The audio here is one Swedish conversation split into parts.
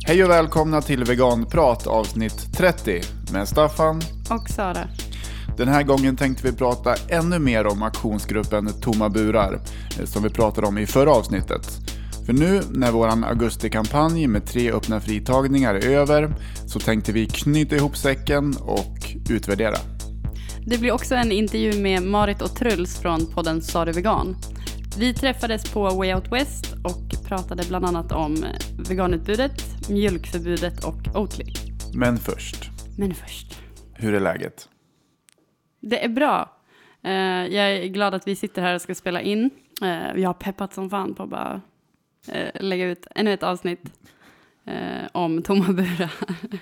Hej och välkomna till Veganprat avsnitt 30 med Staffan och Sara. Den här gången tänkte vi prata ännu mer om aktionsgruppen Tomma burar som vi pratade om i förra avsnittet. För nu när våran augustikampanj med 3 öppna fritagningar är över så tänkte vi knyta ihop säcken och utvärdera. Det blir också en intervju med Marit och Truls från podden Sa du vegan. Vi träffades på Way Out West och pratade bland annat om veganutbudet, mjölkförbudet och Oatly. Men först. Hur är läget? Det är bra. Jag är glad att vi sitter här och ska spela in. Vi har peppat som fan på att bara lägga ut ännu ett avsnitt om tomma burar.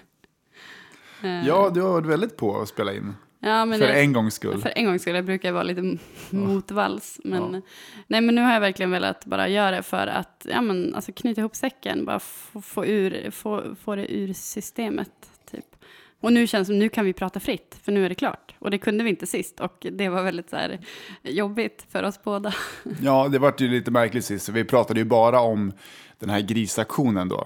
Ja, du har varit väldigt på att spela in. Ja, men en gångs skull. För en gångs skull. Jag brukar vara lite motvalls. Men, nej, men nu har jag verkligen velat bara göra det för att alltså knyta ihop säcken. Bara få det ur systemet. Typ. Och nu känns det som nu kan vi prata fritt. För nu är det klart. Och det kunde vi inte sist. Och det var väldigt så här, jobbigt för oss båda. Ja, det var ju lite märkligt sist. Vi pratade ju bara om den här grisaktionen då.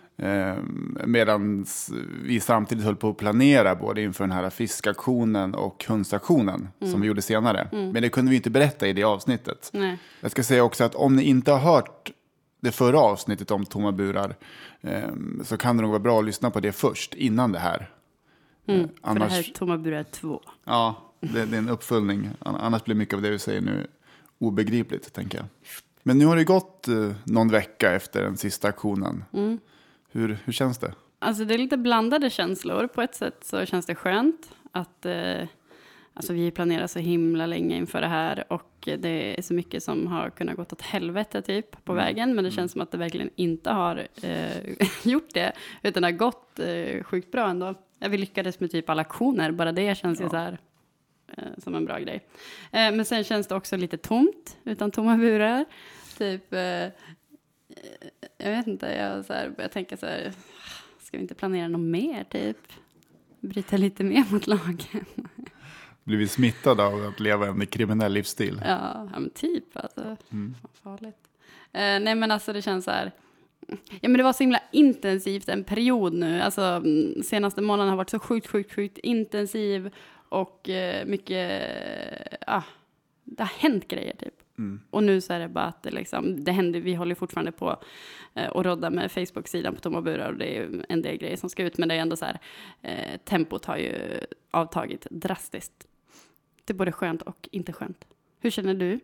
Medan vi samtidigt höll på att planera både inför den här fiskaktionen och hönsaktionen som vi gjorde senare. Men det kunde vi inte berätta i det avsnittet. Nej. Jag ska säga också att om ni inte har hört det förra avsnittet om tomma burar så kan det nog vara bra att lyssna på det först innan det här. För det här är tomma burar 2. Ja, det är en uppföljning. Annars blir mycket av det vi säger nu obegripligt, tänker jag. Men nu har det gått någon vecka efter den sista aktionen. Hur känns det? Alltså det är lite blandade känslor. På ett sätt så känns det skönt att alltså vi planerar så himla länge inför det här. Och det är så mycket som har kunnat gått åt helvete typ på vägen. Men det känns som att det verkligen inte har gjort det. Utan det har gått sjukt bra ändå. Vi lyckades med typ alla aktioner. Bara det känns ju så här som en bra grej. Men sen känns det också lite tomt utan tomma burar. Typ, jag vet inte, jag tänker så här, ska vi inte planera något mer typ? Bryta lite mer mot lagen. Blir vi smittade av att leva en kriminell livsstil? Ja men typ, alltså, farligt. Nej men alltså det känns så här, ja men det var så himla intensivt en period nu. Alltså senaste månaden har varit så sjukt intensiv och mycket, det har hänt grejer typ. Och nu så är det bara att det händer, vi håller fortfarande på och rodda med Facebook-sidan på tomma burar och det är en del grejer som ska ut, men det är ändå så här, tempot har ju avtagit drastiskt. Det är både skönt och inte skönt. Hur känner du?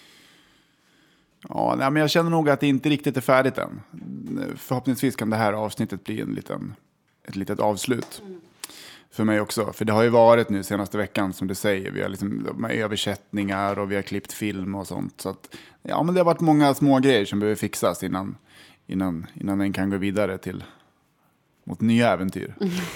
Ja, men jag känner nog att det inte riktigt är färdigt än. Förhoppningsvis kan det här avsnittet bli ett litet avslut. För mig också. För det har ju varit nu senaste veckan som du säger. Vi har liksom översättningar och vi har klippt film och sånt. Så att, ja, men det har varit många små grejer som behöver fixas innan den kan gå vidare mot nya äventyr.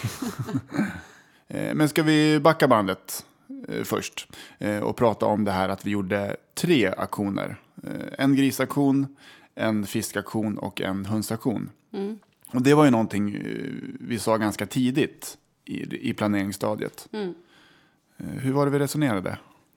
Men ska vi backa bandet först och prata om det här att vi gjorde 3 aktioner. En grisaktion, en fiskaktion och en hönsaktion. Och det var ju någonting vi sa ganska tidigt i planeringsstadiet. Hur var det vi resonerade?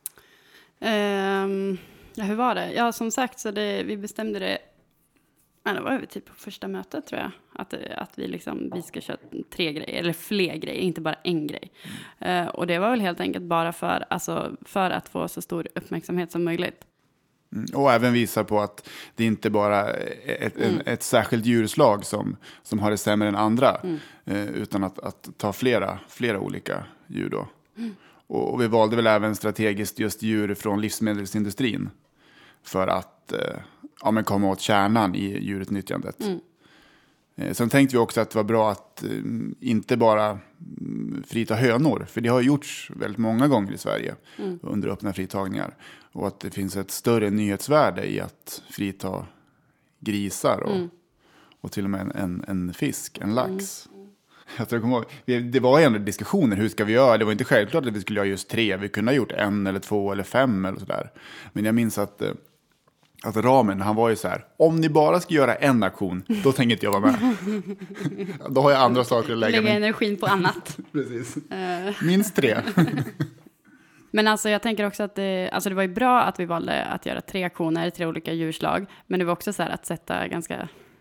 Hur var det? Ja, som sagt så vi bestämde det. Det var ju typ på första mötet tror jag. Att vi ska köra 3 grejer. Eller fler grejer, inte bara en grej. Och det var väl helt enkelt bara för att få så stor uppmärksamhet som möjligt. Och även visa på att det inte bara är ett särskilt djurslag som har det sämre än andra. Utan att ta flera olika djur då. Och vi valde väl även strategiskt just djur från livsmedelsindustrin. För att komma åt kärnan i djurutnyttjandet. Sen tänkte vi också att det var bra att inte bara frita hönor. För det har gjorts väldigt många gånger i Sverige under öppna fritagningar. Och att det finns ett större nyhetsvärde i att frita grisar och till och med en fisk, en lax. Jag tror jag kommer ihåg, det var ändå diskussioner, hur ska vi göra? Det var inte självklart att vi skulle göra just 3. Vi kunde ha gjort 1 eller 2 eller 5 eller sådär. Men jag minns att ramen, han var ju så här: om ni bara ska göra en aktion, då tänker inte jag vara med. Då har jag andra saker att lägga energin på annat. Precis. Minst 3. Men alltså jag tänker också att det var ju bra att vi valde att göra 3 aktioner, 3 olika djurslag. Men det var också så här att sätta ganska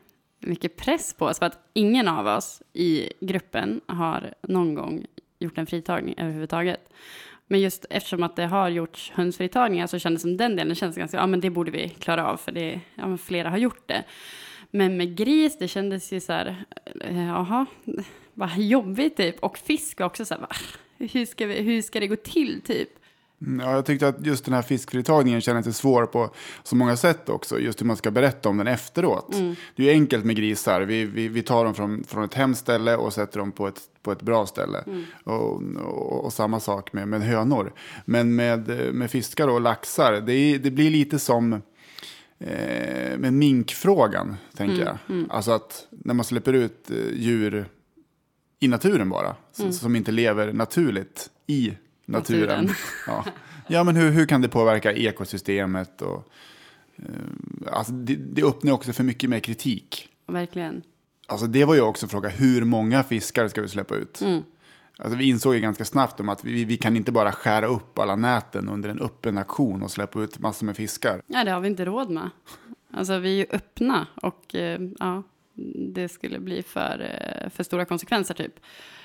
mycket press på oss. För att ingen av oss i gruppen har någon gång gjort en fritagning överhuvudtaget. Men just eftersom att det har gjorts hönsfritagningar så kändes som den delen känns ganska, men det borde vi klara av för det, men flera har gjort det. Men med gris, det kändes ju så här, jaha, vad jobbigt typ. Och fisk också så här, hur ska det gå till typ? Ja, jag tyckte att just den här fiskfritagningen kändes lite svår på så många sätt också. Just hur man ska berätta om den efteråt. Det är ju enkelt med grisar. Vi tar dem från ett hemställe och sätter dem på ett bra ställe. Och samma sak med hönor. Men med fiskar och laxar, det blir lite som med minkfrågan, tänker jag. Alltså att när man släpper ut djur i naturen bara, som inte lever naturligt i naturen. Ja, men hur kan det påverka ekosystemet? Och, alltså det öppnar också för mycket mer kritik. Verkligen. Alltså det var ju också en fråga, hur många fiskar ska vi släppa ut? Alltså vi insåg ju ganska snabbt om att vi kan inte bara skära upp alla näten under en öppen aktion och släppa ut massor med fiskar. Ja, det har vi inte råd med. Alltså vi är ju öppna och det skulle bli för stora konsekvenser typ.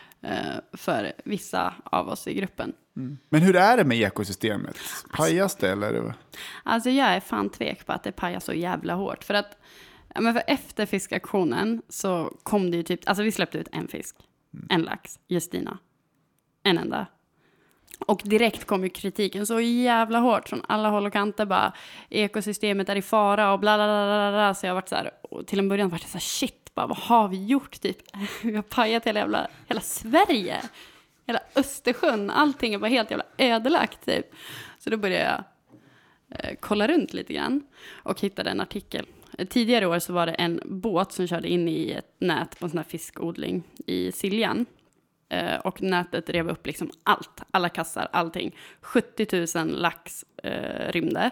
För vissa av oss i gruppen. Men hur är det med ekosystemet? Pajas det eller? Alltså jag är fan tvek på att det pajas så jävla hårt. För att för efter fiskaktionen så kom det ju typ, alltså vi släppte ut en fisk, en lax, Justina, en enda. Och direkt kom ju kritiken så jävla hårt från alla håll och kanter, bara ekosystemet är i fara och bla bla bla bla. Så jag har varit så här, och till en början var det så här, shit, bara, vad har vi gjort typ? Vi har pajat hela Sverige, hela Östersjön, allting är bara helt jävla ödelagt typ. Så då började jag kolla runt lite grann och hittade en artikel. Tidigare år så var det en båt som körde in i ett nät på en sån här fiskodling i Siljan. Och nätet rev upp liksom allt, alla kassar, allting. 70 000 lax rymde.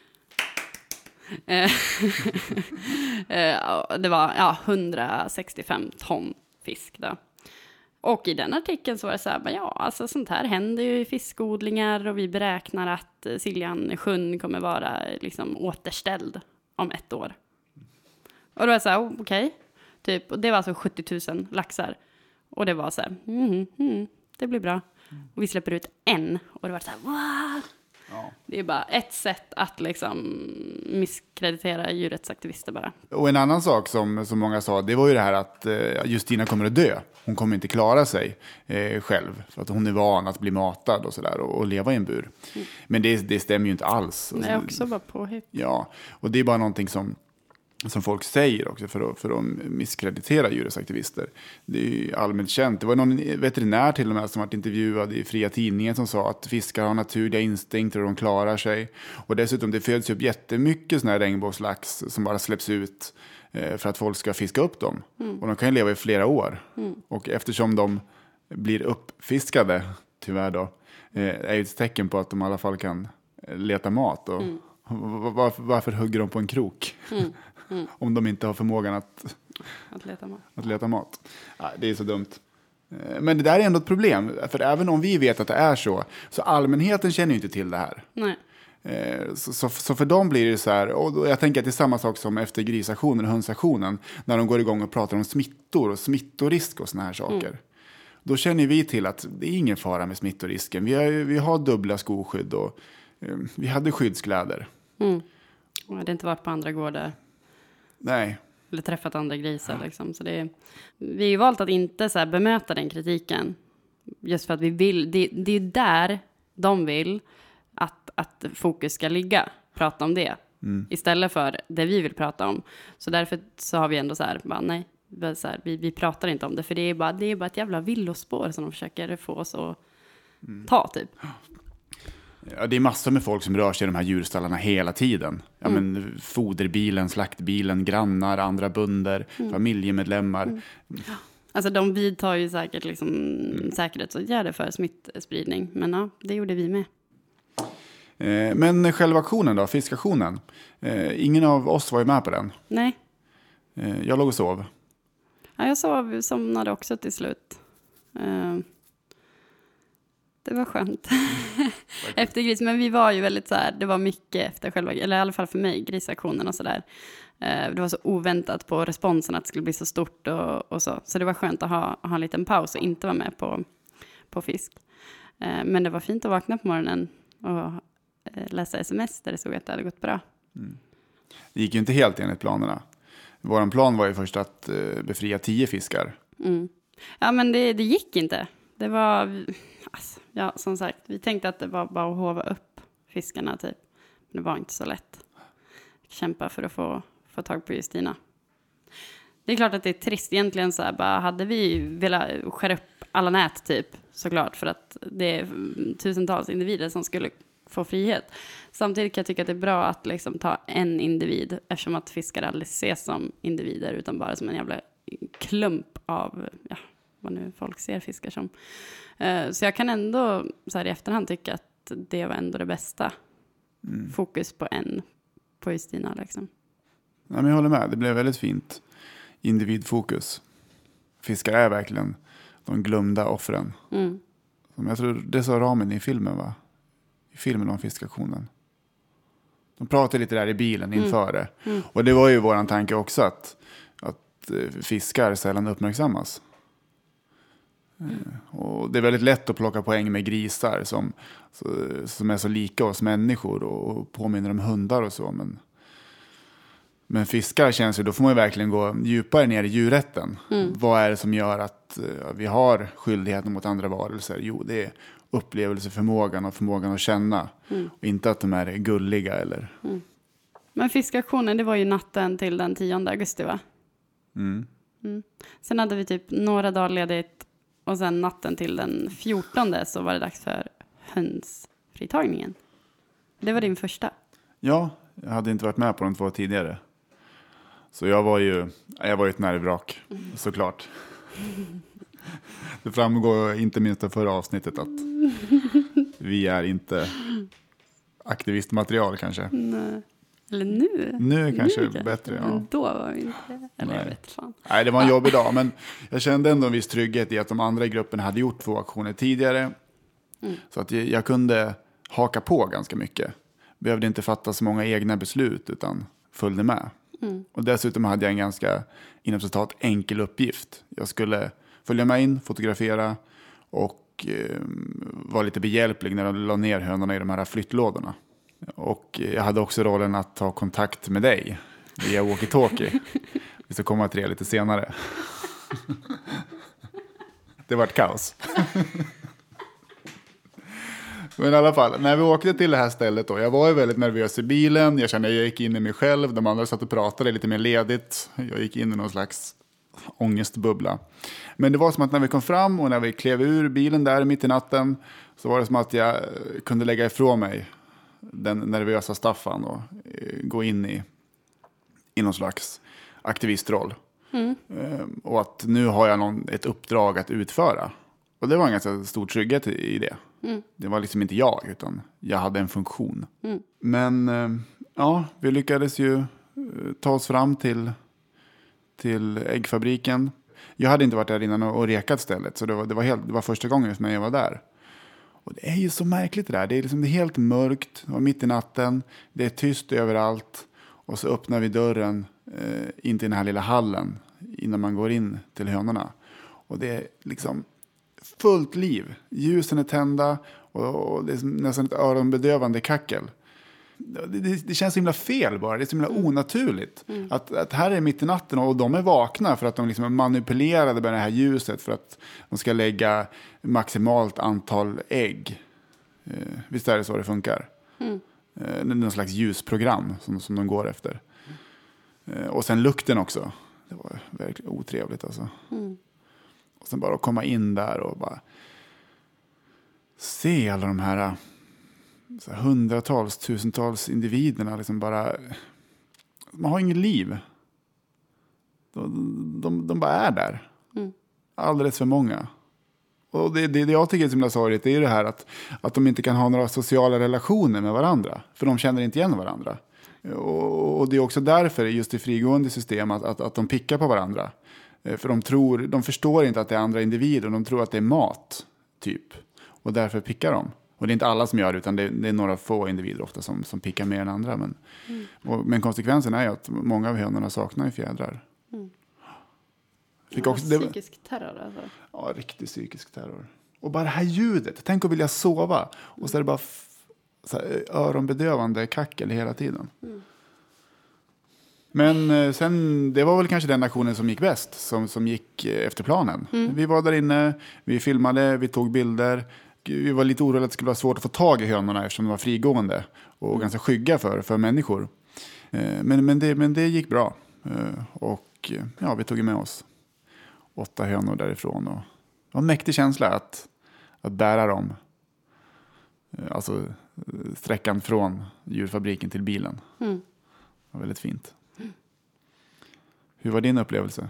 Det var 165 ton fisk då. Och i den artikeln så var det så här, alltså sånt här händer ju i fiskodlingar och vi beräknar att Siljan sjön kommer vara liksom återställd om 1 år. Och då var jag så här, okej. Typ, och det var alltså 70 000 laxar. Och det var så här, det blir bra. Och vi släpper ut en. Och det var så här, wow! Ja. Det är bara ett sätt att liksom misskreditera djurrättsaktivister bara. Och en annan sak som många sa, det var ju det här att Justina kommer att dö. Hon kommer inte klara sig själv. För att hon är van att bli matad och sådär och leva i en bur. Men det stämmer ju inte alls. Det är också bara påhitt. Ja, och det är bara någonting som folk säger också för att misskreditera djurrättsaktivister. Det är ju allmänt känt. Det var någon veterinär till och med som varit intervjuad i Fria Tidningen som sa att fiskar har naturliga instinkter och de klarar sig. Och dessutom det föds upp jättemycket sån här regnbågslax som bara släpps ut för att folk ska fiska upp dem. Och de kan ju leva i flera år. Och eftersom de blir uppfiskade, tyvärr då, är ju ett tecken på att de i alla fall kan leta mat. Och varför hugger de på en krok? Om de inte har förmågan att leta mat. Ja, det är så dumt. Men det där är ändå ett problem. För även om vi vet att det är så allmänheten känner ju inte till det här. Nej. Så för dem blir det så här, och jag tänker att det är samma sak som efter grisaktionen och hönsaktionen, när de går igång och pratar om smittor och smittorisk och såna här saker. Då känner vi till att det är ingen fara med smittorisken. Vi har dubbla skoskydd och vi hade skyddskläder. Jag hade inte varit på andra gårdar. Nej. Eller träffat andra grisar liksom. Så vi har ju valt att inte så här bemöta den kritiken. Just för att vi vill, det är där de vill att fokus ska ligga. Prata om det. Istället för det vi vill prata om. Så därför så har vi ändå så här, bara, nej. Så här, vi pratar inte om det. För det är bara ett jävla villospår som de försöker få oss att ta typ. Ja, det är massor med folk som rör sig i de här djurstallarna hela tiden. Ja, men foderbilen, slaktbilen, grannar, andra bönder, familjemedlemmar. Alltså de vidtar ju säkert liksom säkerhetsåtgärder för smittspridning. Men ja, det gjorde vi med. Men själva aktionen då, fiskaktionen. Ingen av oss var ju med på den. Nej. Jag låg och sov. Ja, jag somnade också till slut. Det var skönt. Efter gris. Men vi var ju väldigt så här, det var mycket efter själva, eller i alla fall för mig, grisaktionen och sådär. Det var så oväntat på responsen att det skulle bli så stort och så. Så det var skönt att ha en liten paus och inte vara med på fisk. Men det var fint att vakna på morgonen och läsa sms där det såg att det hade gått bra. Det gick ju inte helt enligt planerna. Vår plan var ju först att befria 10 fiskar. Ja, men det gick inte. Det var, alltså, ja, som sagt, vi tänkte att det var bara att hova upp fiskarna typ. Men det var inte så lätt. Kämpa för att få tag på Justina. Det är klart att det är trist egentligen så här, bara hade vi velat skära upp alla nät typ, såklart, för att det är tusentals individer som skulle få frihet. Samtidigt kan jag tycka att det är bra att liksom ta en individ, eftersom att fiskare aldrig ses som individer utan bara som en jävla klump av, ja, vad nu folk ser fiskar som. Så jag kan ändå så här i efterhand tycka att det var ändå det bästa. Fokus på Justina liksom. Ja, men jag håller med, det blev väldigt fint individfokus. Fiskar är verkligen de glömda offren. Som jag tror det sa ramen i filmen, va? I filmen om fiskaktionen. De pratade lite där i bilen inför det. Och det var ju våran tanke också att fiskar sällan uppmärksammas. Och det är väldigt lätt att plocka poäng med grisar som är så lika oss människor och påminner om hundar och så. Men fiskar känns ju, då får man ju verkligen gå djupare ner i djurrätten. Vad är det som gör att vi har skyldigheten mot andra varelser? Jo, det är upplevelseförmågan och förmågan att känna. Och inte att de är gulliga eller... Men fiskaktionen, det var ju natten till den 10 augusti, va? Sen hade vi typ några dagar ledigt och sen natten till den 14 så var det dags för hönsfritagningen. Det var din första. Ja, jag hade inte varit med på de 2 tidigare. Så jag var ju ett nervvrak, såklart. Det framgår inte minst av förra avsnittet att vi är inte aktivistmaterial kanske. Nej. Eller nu. Nu kanske bättre, ja. Men då var vi inte. Eller jag vet fan. Nej, det var en jobbig dag, men jag kände ändå en viss trygghet i att de andra i gruppen hade gjort 2 aktioner tidigare. Så att jag kunde haka på ganska mycket. Behövde inte fatta så många egna beslut utan följde med. Och dessutom hade jag en ganska, inom citat, enkel uppgift. Jag skulle följa med in, fotografera och vara lite behjälplig när de la ner hönorna i de här flyttlådorna. Och jag hade också rollen att ta kontakt med dig via walkie-talkie. Vi ska komma till det lite senare. Det var ett kaos. Men i alla fall, när vi åkte till det här stället då, jag var ju väldigt nervös i bilen. Jag kände att jag gick in i mig själv. De andra satt och pratade lite mer ledigt. Jag gick in i någon slags ångestbubbla. Men det var som att när vi kom fram och när vi klev ur bilen där mitt i natten så var det som att jag kunde lägga ifrån mig den nervösa Staffan och gå in i någon slags aktivistroll. Och att nu har jag ett uppdrag att utföra. Och det var en ganska stor trygghet i det. Det var liksom inte jag, utan jag hade en funktion. Men ja, vi lyckades ju ta oss fram till äggfabriken. Jag hade inte varit där innan och rekat stället, så det var första gången som jag var där. Och det är ju så märkligt det där. Det är helt mörkt, det var mitt i natten, det är tyst överallt. Och så öppnar vi dörren in till den här lilla hallen innan man går in till hönorna. Och det är liksom fullt liv. Ljusen är tända och det är nästan ett öronbedövande kackel. Det känns så himla fel bara. Det är så himla onaturligt. Att här är mitt i natten och de är vakna för att de liksom är manipulerade med det här ljuset för att de ska lägga maximalt antal ägg. Visst är det så det funkar? Någon slags ljusprogram som de går efter. Och sen lukten också. Det var verkligen otrevligt alltså. Och sen bara att komma in där och bara se alla de här hundratals, tusentals individerna liksom bara, man har ingen liv. De bara är där. Alldeles för många. Och det jag tycker är så himla sorgligt, det är ju det här att de inte kan ha några sociala relationer med varandra. För de känner inte igen varandra. Och det är också därför just i frigående system att de pickar på varandra. För de förstår inte att det är andra individer. De tror att det är mat, typ. Och därför pickar de. Och det är inte alla som gör det, utan det är några få individer ofta som pickar mer än andra. Men konsekvensen är ju att många av hönorna saknar ju fjädrar. Fick också, psykisk terror alltså. Ja, riktig psykisk terror. Och bara det här ljudet. Tänk att vilja sova. Och så är det bara så här, öronbedövande kackel hela tiden. Men sen, det var väl kanske den aktionen som gick bäst. Som gick efter planen. Vi var där inne, vi filmade, vi tog bilder. Vi var lite oroliga att det skulle vara svårt att få tag i hönorna eftersom de var frigående. Och ganska skygga för människor. Men det gick bra. Och ja, vi tog med oss 8 hönor därifrån. Och det var en mäktig känsla att bära dem. Alltså sträckan från djurfabriken till bilen. Det var väldigt fint. Hur var din upplevelse?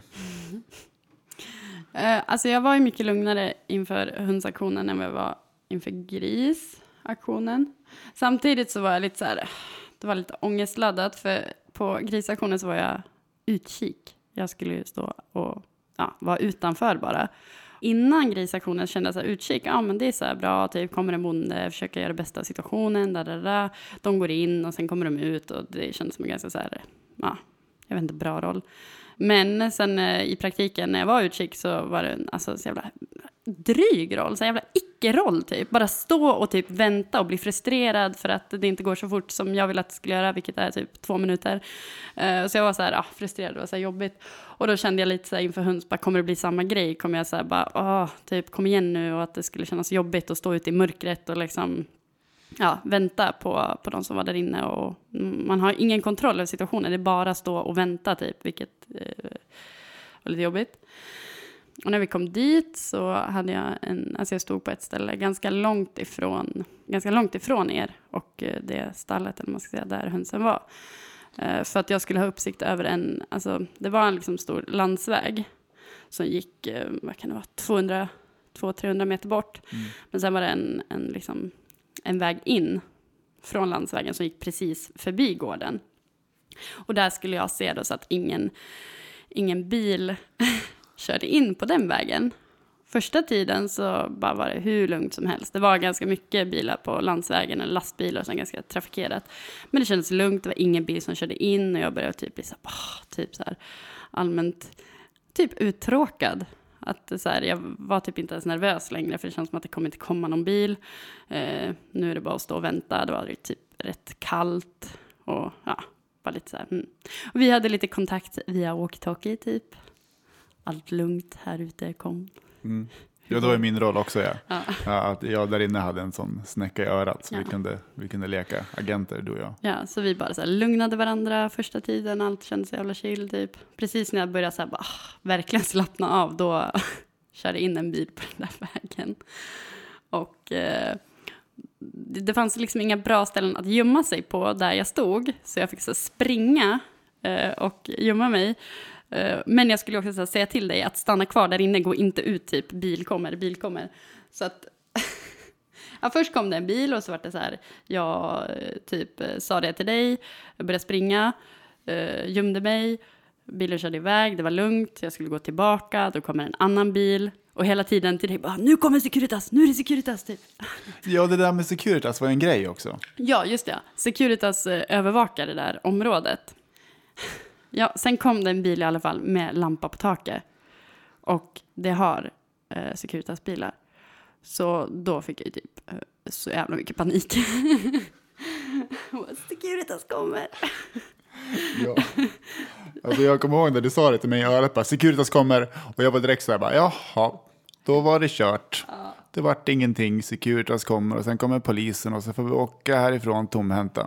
Alltså jag var ju mycket lugnare inför hönsaktionen än vad jag var inför grisaktionen. Samtidigt så var jag lite så här, det var lite ångestladdat, för på grisaktionen så var jag utkik. Jag skulle ju stå och vara utanför bara. Innan grisaktionen kände jag så här, utkik, men det är så här bra, typ kommer en bonde, försöker göra det bästa av situationen, de går in och sen kommer de ut, och det kändes som en ganska så här, jag vet inte, bra roll. Men sen i praktiken när jag var utkik så var det alltså så jävla dryg roll, så jävla icke-roll typ. Bara stå och typ vänta och bli frustrerad för att det inte går så fort som jag vill att det skulle göra, vilket är typ 2 minuter. Så jag var så här frustrerad, det var så här jobbigt. Och då kände jag lite så här inför höns, bara kommer det bli samma grej? Kommer jag så här bara, typ kom igen nu, och att det skulle kännas jobbigt att stå ute i mörkret och liksom vänta på de som var där inne, och man har ingen kontroll över situationen, det är bara stå och vänta typ, vilket var lite jobbigt. Och när vi kom dit så hade jag jag stod på ett ställe ganska långt ifrån er och det stallet, eller man ska säga, där hönsen var. För att jag skulle ha uppsikt över det var en liksom stor landsväg som gick, vad kan det vara, 200-300 meter bort. Men sen var det en väg in från landsvägen som gick precis förbi gården. Och där skulle jag se då så att ingen bil körde in på den vägen. Första tiden så bara var det hur lugnt som helst. Det var ganska mycket bilar på landsvägen, eller lastbilar som ganska trafikerat. Men det kändes lugnt, det var ingen bil som körde in, och jag började typ bli så här allmänt typ uttråkad. Att så här, jag var typ inte ens nervös längre, för det känns som att det kommer inte komma någon bil. Nu är det bara att stå och vänta. Det var typ rätt kallt och bara lite så här. Och vi hade lite kontakt via walkie-talkie typ. Allt lugnt här ute, kom. Ja, det var min roll också. Att jag där inne hade en sån snäcka i örat, så vi kunde leka agenter, du och jag. Ja, så vi bara så här lugnade varandra första tiden. Allt kändes så jävla chill typ. Precis när jag började så här verkligen slappna av, då körde in en bil på den där vägen. Och det fanns liksom inga bra ställen att gömma sig på där jag stod. Så jag fick så springa och gömma mig. Men jag skulle också säga till dig att stanna kvar där inne, gå inte ut typ, bil kommer. Så att först kom det en bil, och så var det så här, jag typ sa det till dig, jag började springa, gömde mig, bilen körde iväg, det var lugnt, jag skulle gå tillbaka, då kommer en annan bil, och hela tiden till dig bara, nu kommer Securitas, nu är det Securitas typ. Ja, det där med Securitas var en grej också. Ja, just det. Securitas övervakar det där området. Ja, sen kom det en bil i alla fall med lampa på taket. Och det har Securitas bilar. Så då fick jag ju typ så jävla mycket panik. Securitas kommer. Ja. Alltså jag kommer ihåg när du sa det till mig i örat, bara Securitas kommer. Och jag var direkt så här bara, jaha, då var det kört. Ja. Det vart ingenting, Securitas kommer. Och sen kommer polisen, och så får vi åka härifrån tomhänta.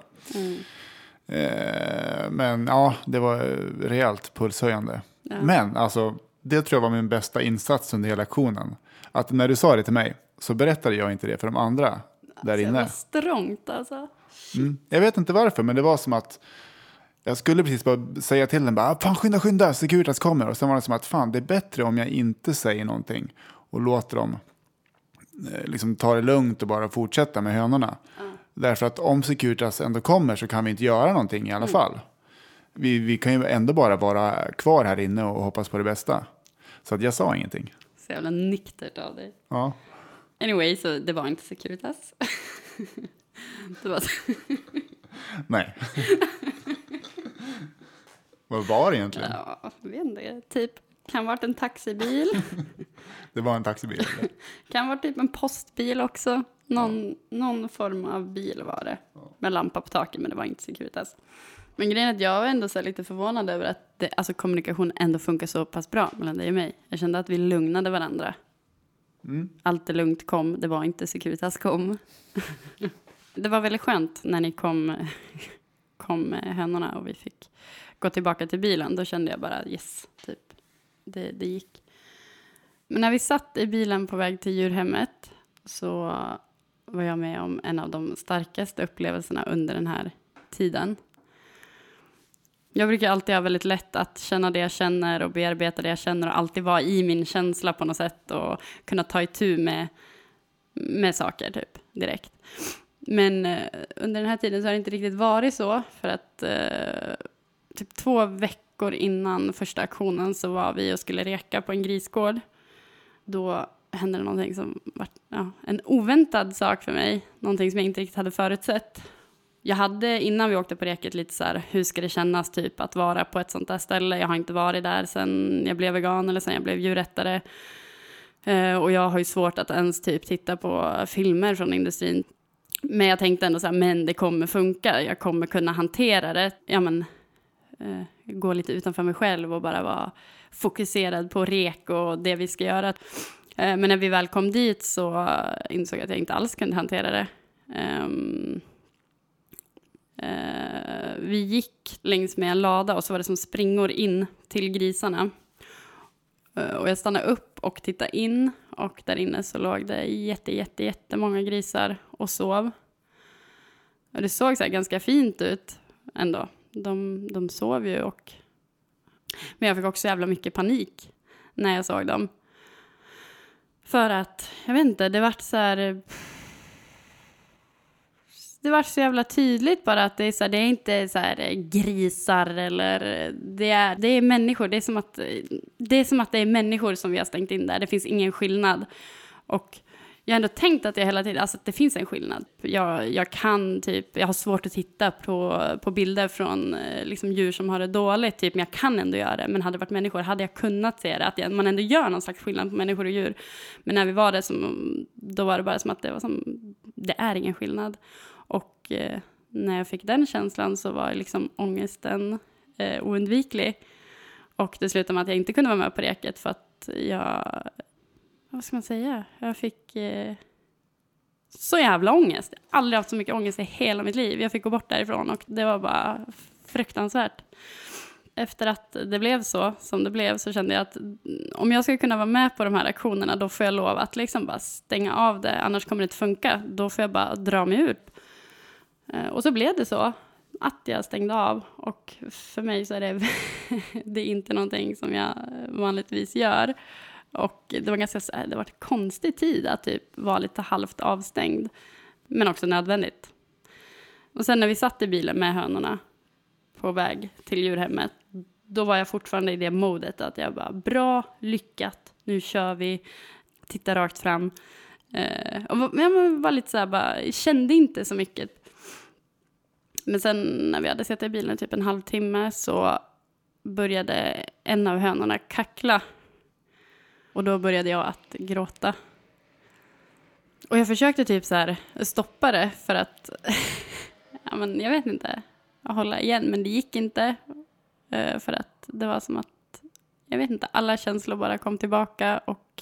Men det var rejält pulshöjande. Ja. Men alltså, det tror jag var min bästa insats under hela aktionen. Att när du sa det till mig, så berättade jag inte det för de andra där inne. Det var strångt alltså. Jag vet inte varför, men det var som att jag skulle precis bara säga till dem, bara, fan skynda, Securitas kommer. Och sen var det som att, fan, det är bättre om jag inte säger någonting och låter dem liksom ta det lugnt och bara fortsätta med hönorna. Därför att om Securitas ändå kommer, så kan vi inte göra någonting i alla fall. Vi kan ju ändå bara vara kvar här inne och hoppas på det bästa. Så att jag sa ingenting. Så jävla nyktert av dig. Ja. Anyway, så det var inte Securitas. Det var så. Nej. Vad var det egentligen? Ja, jag vet inte. Typ, kan varit en taxibil. Det var en taxibil. Eller? Kan vara typ en postbil också. Någon form av bil var det. Med lampa på taket, men det var inte Securitas. Men grejen är att jag var ändå så lite förvånad över att alltså kommunikation ändå funkar så pass bra mellan dig och mig. Jag kände att vi lugnade varandra. Allt är lugnt kom, det var inte Securitas kom. Det var väldigt skönt när ni kom med hönorna och vi fick gå tillbaka till bilen. Då kände jag bara yes, typ. Det gick. Men när vi satt i bilen på väg till djurhemmet så var jag med om en av de starkaste upplevelserna under den här tiden. Jag brukar alltid ha väldigt lätt att känna det jag känner och bearbeta det jag känner och alltid vara i min känsla på något sätt och kunna ta itu med saker typ direkt. Men under den här tiden så har det inte riktigt varit så för att typ 2 veckor innan första aktionen så var vi och skulle reka på en grisgård. Då hände det någonting som var en oväntad sak för mig. Någonting som jag inte riktigt hade förutsett. Jag hade innan vi åkte på reket lite så här, hur ska det kännas typ att vara på ett sånt där ställe? Jag har inte varit där sen jag blev vegan eller sen jag blev djurrättare. Och jag har ju svårt att ens typ titta på filmer från industrin. Men jag tänkte ändå så här, men det kommer funka. Jag kommer kunna hantera det. Gå lite utanför mig själv och bara vara fokuserad på rek och det vi ska göra. Men när vi väl kom dit så insåg jag att jag inte alls kunde hantera det. Vi gick längs med en lada och så var det som springor in till grisarna. Och jag stannade upp och tittade in och där inne så låg det jättemånga grisar och sov. Och det såg så här ganska fint ut ändå. De sov ju och... Men jag fick också jävla mycket panik när jag såg dem. För att, jag vet inte, det vart så här... Det var så jävla tydligt bara att det är, så här, det är inte så här grisar eller det är människor. Det är som att det är människor som vi har stängt in där. Det finns ingen skillnad. Och jag har ändå tänkt att jag hela tiden, alltså att det finns en skillnad. Jag har svårt att titta på bilder från liksom djur som har det dåligt typ, men jag kan ändå göra det. Men hade det varit människor hade jag kunnat se det, att man ändå gör någon slags skillnad på människor och djur. Men när vi var där då var det bara som att det är ingen skillnad. Och när jag fick den känslan så var liksom ångesten oundviklig. Och det slutade med att jag inte kunde vara med på reket för att vad ska man säga? Jag fick så jävla ångest. Jag har aldrig haft så mycket ångest i hela mitt liv. Jag fick gå bort därifrån och det var bara fruktansvärt. Efter att det blev så som det blev så kände jag att om jag ska kunna vara med på de här aktionerna då får jag lov att liksom bara stänga av det. Annars kommer det inte funka. Då får jag bara dra mig ut. Och så blev det så att jag stängde av. Och för mig så är det är inte någonting som jag vanligtvis gör. Och det var en konstig tid att typ vara lite halvt avstängd. Men också nödvändigt. Och sen när vi satt i bilen med hönorna på väg till djurhemmet. Då var jag fortfarande i det modet att jag bara, bra, lyckat, nu kör vi. Titta rakt fram. Och jag var lite så här, bara, kände inte så mycket. Men sen när vi hade suttit i bilen typ en halvtimme så började en av hönorna kackla. Och då började jag att gråta. Och jag försökte typ så här stoppa det för att, jag vet inte, hålla igen. Men det gick inte för att det var som att, jag vet inte, alla känslor bara kom tillbaka och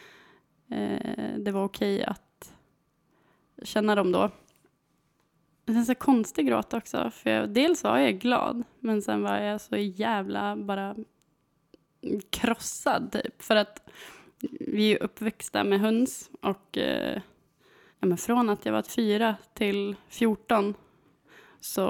det var okej att känna dem då. Det är en så konstig gråt också. För dels var jag glad. Men sen var jag så jävla bara krossad typ. För att vi är uppväxta med höns. Och från att jag var 4 till 14. Så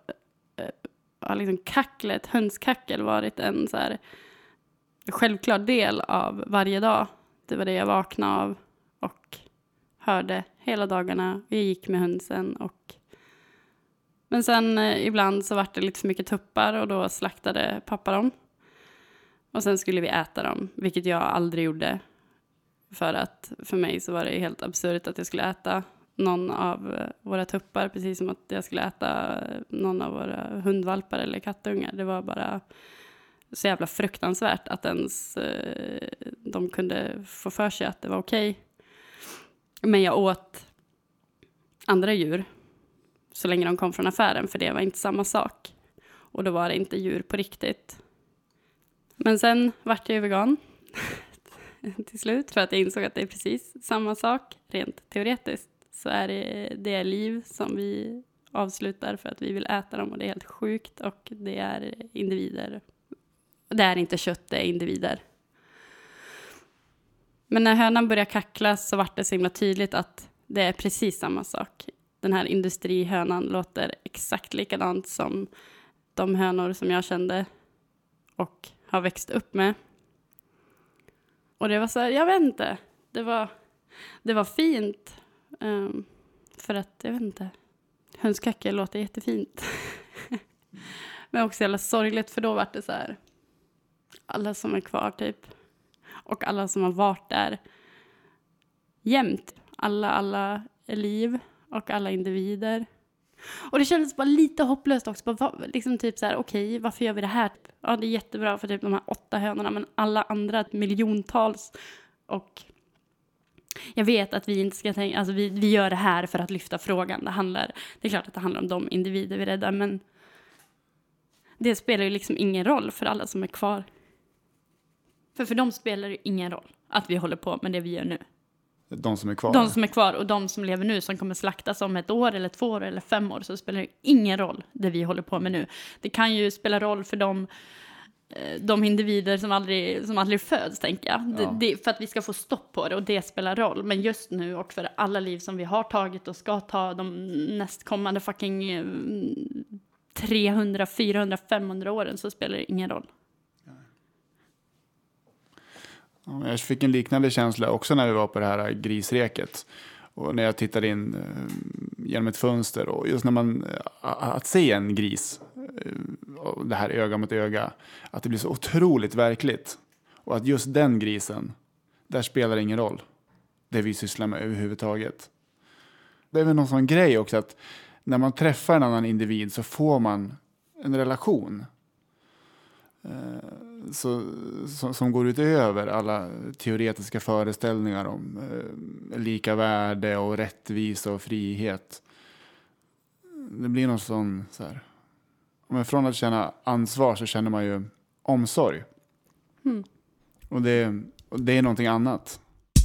har liksom hönskackel varit en så här självklar del av varje dag. Det var det jag vaknade av. Och hörde hela dagarna. Jag gick med hönsen och men sen ibland så var det lite för mycket tuppar och då slaktade pappa dem. Och sen skulle vi äta dem, vilket jag aldrig gjorde. För att för mig så var det helt absurt att jag skulle äta någon av våra tuppar, precis som att jag skulle äta någon av våra hundvalpar eller kattungar. Det var bara så jävla fruktansvärt att ens de kunde få för sig att det var okej. Men jag åt andra djur så länge de kom från affären, för det var inte samma sak. Och då var det inte djur på riktigt. Men sen vart jag vegan till slut, för att jag insåg att det är precis samma sak. Rent teoretiskt så är det liv som vi avslutar för att vi vill äta dem, och det är helt sjukt, och det är individer. Det är inte kött, det är individer. Men när hönan började kackla så var det så himla tydligt att det är precis samma sak. Den här industrihönan låter exakt likadant som de hönor som jag kände och har växt upp med. Och det var så här, jag vet inte. Det var fint. För att, jag vet inte. Hönskackel låter jättefint. Men också jävla sorgligt, för då var det så här. Alla som är kvar typ. Och alla som har varit där jämt. Alla är liv och alla individer. Och det kändes bara lite hopplöst också. Liksom typ så här, okej, varför gör vi det här? Ja, det är jättebra för typ de här 8 hönorna, men alla andra miljontals. Och jag vet att vi inte ska tänka, alltså vi gör det här för att lyfta frågan. Det är klart att det handlar om de individer vi räddar, men det spelar ju liksom ingen roll för alla som är kvar. För dem spelar det ingen roll att vi håller på med det vi gör nu. De som är kvar? De som är kvar, och de som lever nu som kommer slaktas om 1 år eller 2 år eller 5 år, så spelar det ingen roll det vi håller på med nu. Det kan ju spela roll för de individer som aldrig föds, tänker jag. Ja. Det, för att vi ska få stopp på det, och det spelar roll. Men just nu, och för alla liv som vi har tagit och ska ta de nästkommande fucking 300, 400, 500 åren, så spelar det ingen roll. Jag fick en liknande känsla också när vi var på det här grisreket. Och när jag tittade in genom ett fönster. Och just när man, att se en gris, det här öga mot öga, att det blir så otroligt verkligt. Och att just den grisen, där spelar ingen roll. Det vi sysslar med överhuvudtaget. Det är väl någon sån grej också, att när man träffar en annan individ så får man en relation. Som går utöver alla teoretiska föreställningar om lika värde och rättvisa och frihet. Det blir någon sån så här. Men från att känna ansvar så känner man ju omsorg. Och det är någonting annat.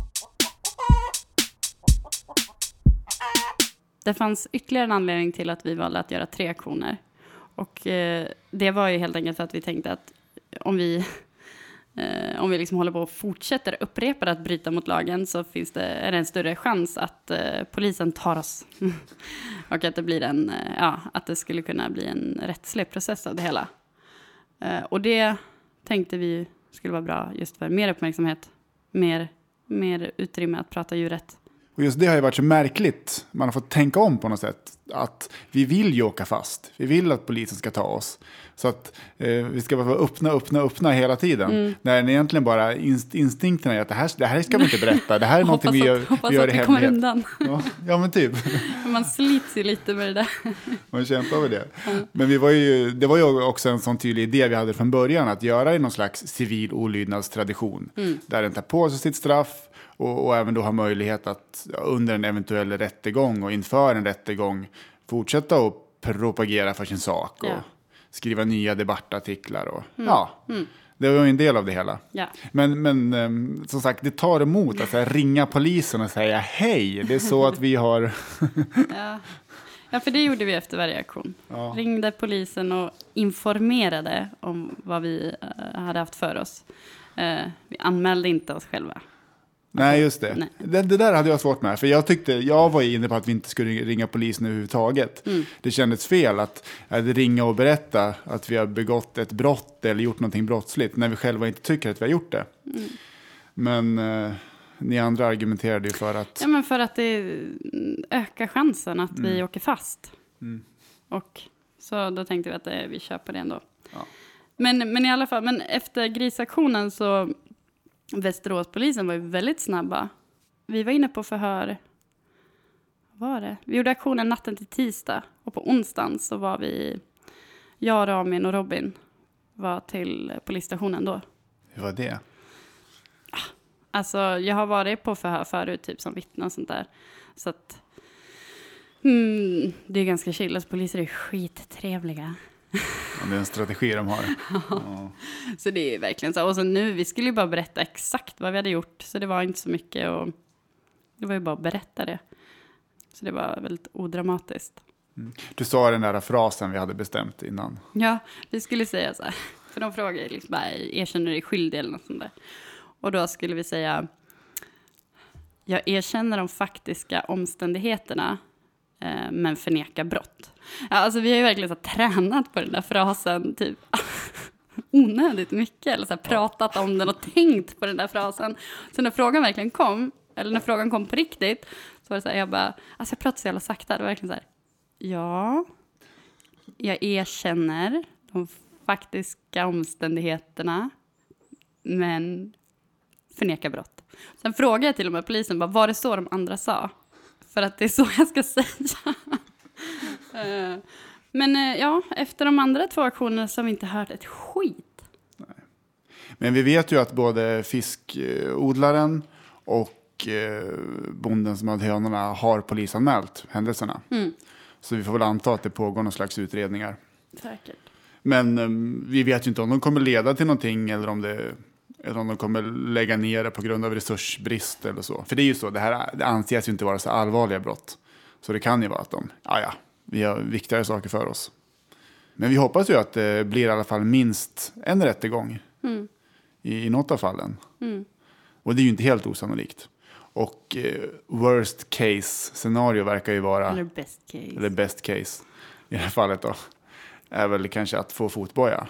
Det fanns ytterligare en anledning till att vi valde att göra 3 aktioner. Och det var ju helt enkelt för att vi tänkte att om vi liksom håller på och fortsätter upprepa att bryta mot lagen, så är det en större chans att polisen tar oss. Och att det blir att det skulle kunna bli en rättslig process av det hela. Och det tänkte vi skulle vara bra just för mer uppmärksamhet, mer utrymme att prata djurrätt. Och just det har ju varit så märkligt. Man har fått tänka om på något sätt. Att vi vill ju åka fast. Vi vill att polisen ska ta oss. Så att vi ska vara öppna hela tiden. När det egentligen bara instinkten är att det här ska vi inte berätta. Det här är någonting vi gör i hemlighet. Undan. Ja, men typ. Man slits ju lite med det där. Man kämpar med det. Men det var ju också en sån tydlig idé vi hade från början. Att göra i någon slags civil olydnadstradition. Där den tar på sig sitt straff. Och även då ha möjlighet att under en eventuell rättegång och inför en rättegång fortsätta att propagera för sin sak och skriva nya debattartiklar. Och, det var ju en del av det hela. Ja. Men som sagt, det tar emot att ringa polisen och säga hej, det är så att vi har... Ja, för det gjorde vi efter varje aktion. Ja. Ringde polisen och informerade om vad vi hade haft för oss. Vi anmälde inte oss själva. Nej, just det. Nej. Det där hade jag svårt med. För jag var inne på att vi inte skulle ringa polisen överhuvudtaget. Det kändes fel att ringa och berätta att vi har begått ett brott eller gjort någonting brottsligt när vi själva inte tycker att vi har gjort det. Men ni andra argumenterade ju för att... Ja, men för att det ökar chansen att vi åker fast. Och så då tänkte vi att vi köper det ändå. Ja. Men i alla fall, men efter grisaktionen så... Västeråspolisen var ju väldigt snabba. Vi var inne på förhör, vad var det? Vi gjorde aktionen natten till tisdag. Och på onsdagen så var jag, Ramin och Robin var till polisstationen då. Hur var det? Alltså jag har varit på förhör förut typ som vittne och sånt där. Så att det är ganska chill. Alltså, poliser är skittrevliga. Ja, det är en strategi de har. Ja. Så det är verkligen så. Och så nu, vi skulle ju bara berätta exakt vad vi hade gjort. Så det var inte så mycket. Och det var ju bara att berätta det. Så det var väldigt odramatiskt. Du sa den där frasen vi hade bestämt innan. Ja, vi skulle säga så här. För de frågar liksom bara, erkänner du dig skyldig eller något sånt där. Och då skulle vi säga, jag erkänner de faktiska omständigheterna men förnekar brott. Ja, alltså vi har ju verkligen så tränat på den där frasen typ onödigt mycket. Eller så här, pratat om den och tänkt på den där frasen. Så när frågan verkligen kom, eller när frågan kom på riktigt, så var det så här, jag bara, alltså jag pratar så jävla sakta. Det var verkligen så här, ja, jag erkänner de faktiska omständigheterna men förnekar brott. Sen frågade jag till och med polisen, bara, var det så de andra sa? För att det är så jag ska säga. Men ja, efter de andra 2 aktionerna så har vi inte hört ett skit. Nej. Men vi vet ju att både fiskodlaren och bonden som hade hönorna har polisanmält händelserna. Så vi får väl anta att det pågår någon slags utredningar. Säkert. Men vi vet ju inte om de kommer leda till någonting eller om de kommer lägga ner det på grund av resursbrist eller så. För det är ju så, det anses ju inte vara så allvarliga brott. Så det kan ju vara att vi har viktigare saker för oss. Men vi hoppas ju att det blir i alla fall minst en rättegång i något av fallen. Och det är ju inte helt osannolikt. Och worst case scenario verkar ju vara... Eller best case i det här fallet då. Är väl kanske att få fotboja.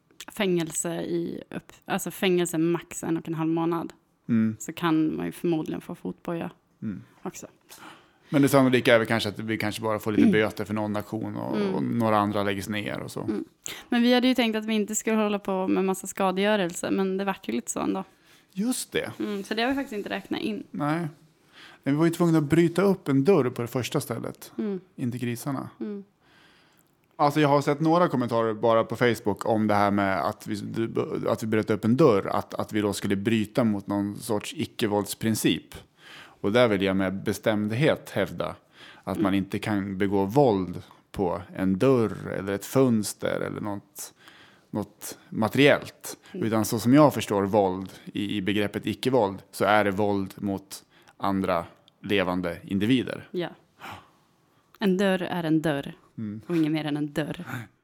Fängelse max 1,5 månad. Så kan man ju förmodligen få fotboja också. Men det sannolika är väl kanske att vi kanske bara får lite böter för någon aktion och några andra läggs ner och så. Men vi hade ju tänkt att vi inte skulle hålla på med massa skadegörelse, men det vart ju lite så ändå. Just det. Så det har vi faktiskt inte räknat in. Nej. Men vi var ju tvungna att bryta upp en dörr på det första stället. In till grisarna. Alltså jag har sett några kommentarer bara på Facebook om det här med att vi bröt upp en dörr. Att vi då skulle bryta mot någon sorts icke-våldsprincip. Och där vill jag med bestämdhet hävda att man inte kan begå våld på en dörr eller ett fönster eller något materiellt. Utan så som jag förstår våld i begreppet icke-våld så är det våld mot andra levande individer. Ja. En dörr är en dörr. Och inget mer än en dörr.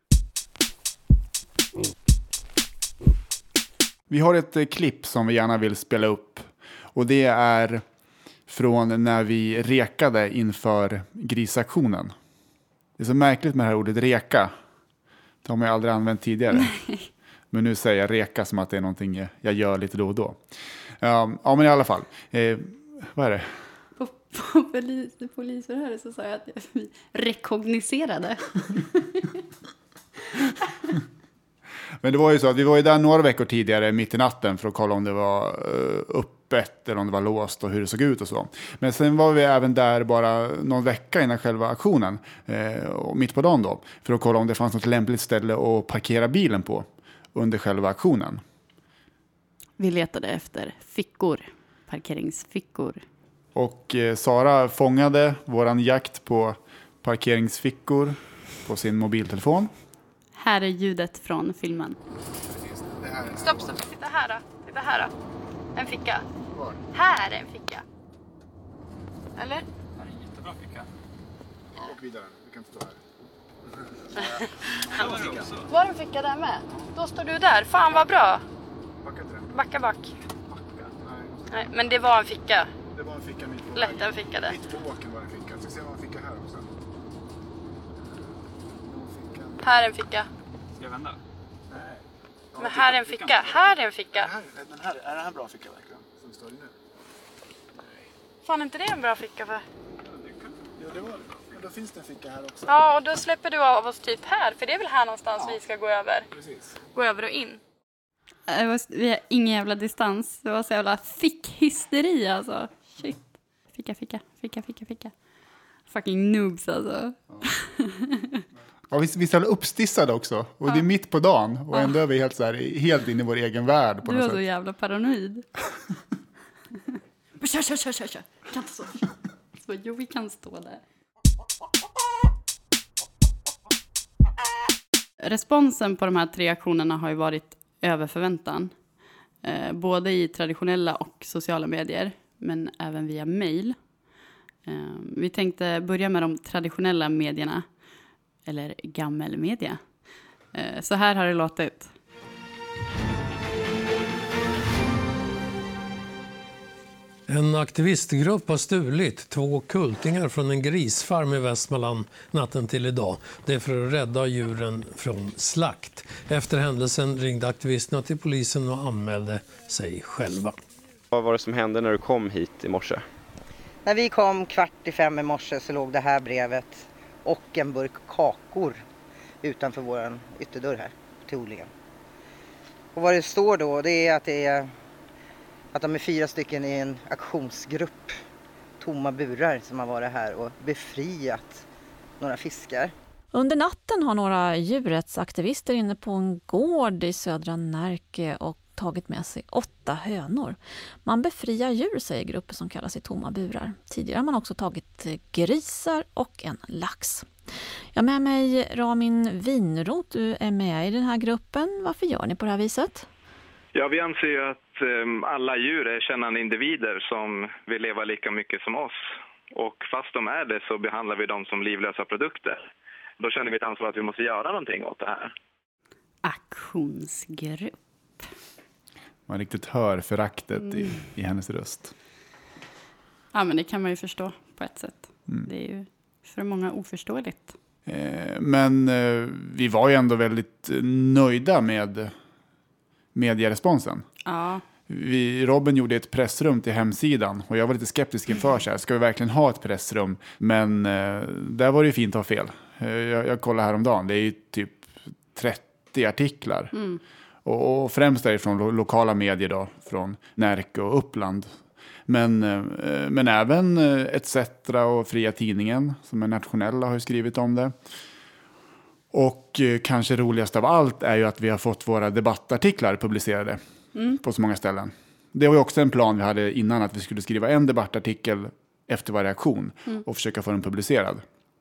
Vi har ett klipp som vi gärna vill spela upp. Och det är från när vi rekade inför grisaktionen. Det är så märkligt med det här ordet reka. Det har man ju aldrig använt tidigare. Men nu säger jag reka som att det är någonting jag gör lite då och då. Ja, men i alla fall. Vad är det? På polisförhöret så sa jag att vi rekogniserade. Men det var ju så att vi var ju där några veckor tidigare mitt i natten för att kolla om det var öppet eller om det var låst och hur det såg ut och så. Men sen var vi även där bara någon vecka innan själva aktionen, mitt på dagen då, för att kolla om det fanns något lämpligt ställe att parkera bilen på under själva aktionen. Vi letade efter fickor, parkeringsfickor. Och Sara fångade våran jakt på parkeringsfickor på sin mobiltelefon. Här är ljudet från filmen. Stopp, titta här då. Titta här då. En ficka. Var? Här är en ficka. Eller? Det här är en jättebra ficka. Och vidare, vi kan inte stå här. Var en ficka där med? Då står du där. Fan vad bra. Backa till den. Backa bak. Backa. Nej, men det var en ficka. Det var en ficka mitt på Lätt en ficka där. Mitt på åken var en ficka. Så ser man en ficka här också. Här är en ficka. Ska jag vända? Nej. Ja, men här är en ficka. Här är en ficka. Men här, är det här en bra ficka verkligen? Som står nu? Nej. Fan, är inte det en bra ficka för? Ja, det var det. Men då finns det en ficka här också. Ja, och då släpper du av oss typ här. För det är väl här någonstans vi ska gå över. Precis. Gå över och in. Vi har ingen jävla distans. Det var så jävla fickhysteri alltså. Shit. Ficka. Fucking noobs alltså. Ja, vi är så uppstissade också. Och det är mitt på dagen. Och ändå är vi helt, så här, helt inne i vår egen värld. På Du något är sätt. så jävla paranoid. Kör. Kan inte så. Så, jo, vi kan stå där. Responsen på de här 3 aktionerna har ju varit över förväntan. Både i traditionella och sociala medier. Men även via mail. Vi tänkte börja med de traditionella medierna. Eller gammelmedia. Så här har det låtit. En aktivistgrupp har stulit 2 kultingar från en grisfarm i Västmanland natten till idag. Det är för att rädda djuren från slakt. Efter händelsen ringde aktivisterna till polisen och anmälde sig själva. Vad var det som hände när du kom hit i morse? När vi kom 4:45 i morse så låg det här brevet och en burk kakor utanför vår ytterdörr här till odlingen. Och vad det står då, det är att de är 4 stycken i en aktionsgrupp, tomma burar, som har varit här och befriat några fiskar. Under natten har några djurrättsaktivister inne på en gård i södra Närke och tagit med sig 8 hönor. Man befriar djur, säger gruppen som kallas i tomma burar. Tidigare har man också tagit grisar och en lax. Jag med mig Ramin Winroth, du är med i den här gruppen. Varför gör ni på det här viset? Ja, vi anser ju att alla djur är kännande individer som vill leva lika mycket som oss. Och fast de är det så behandlar vi dem som livlösa produkter. Då känner vi ett ansvar att vi måste göra någonting åt det här. Aktionsgrupp. Man riktigt hör föraktet i hennes röst. Ja, men det kan man ju förstå på ett sätt. Det är ju för många oförståeligt. Men vi var ju ändå väldigt nöjda med medieresponsen. Ja. Robin gjorde ett pressrum till hemsidan och jag var lite skeptisk inför så här. Ska vi verkligen ha ett pressrum? Men där var det ju fint att ha fel. Jag kollade häromdagen. Det är ju typ 30 artiklar. Och främst är det från lokala medier då. Från Närke och Uppland. Men även ETC och Fria Tidningen som är nationella har ju skrivit om det. Och kanske roligast av allt är ju att vi har fått våra debattartiklar publicerade på så många ställen. Det var ju också en plan vi hade innan, att vi skulle skriva en debattartikel efter varje aktion och försöka få den publicerad.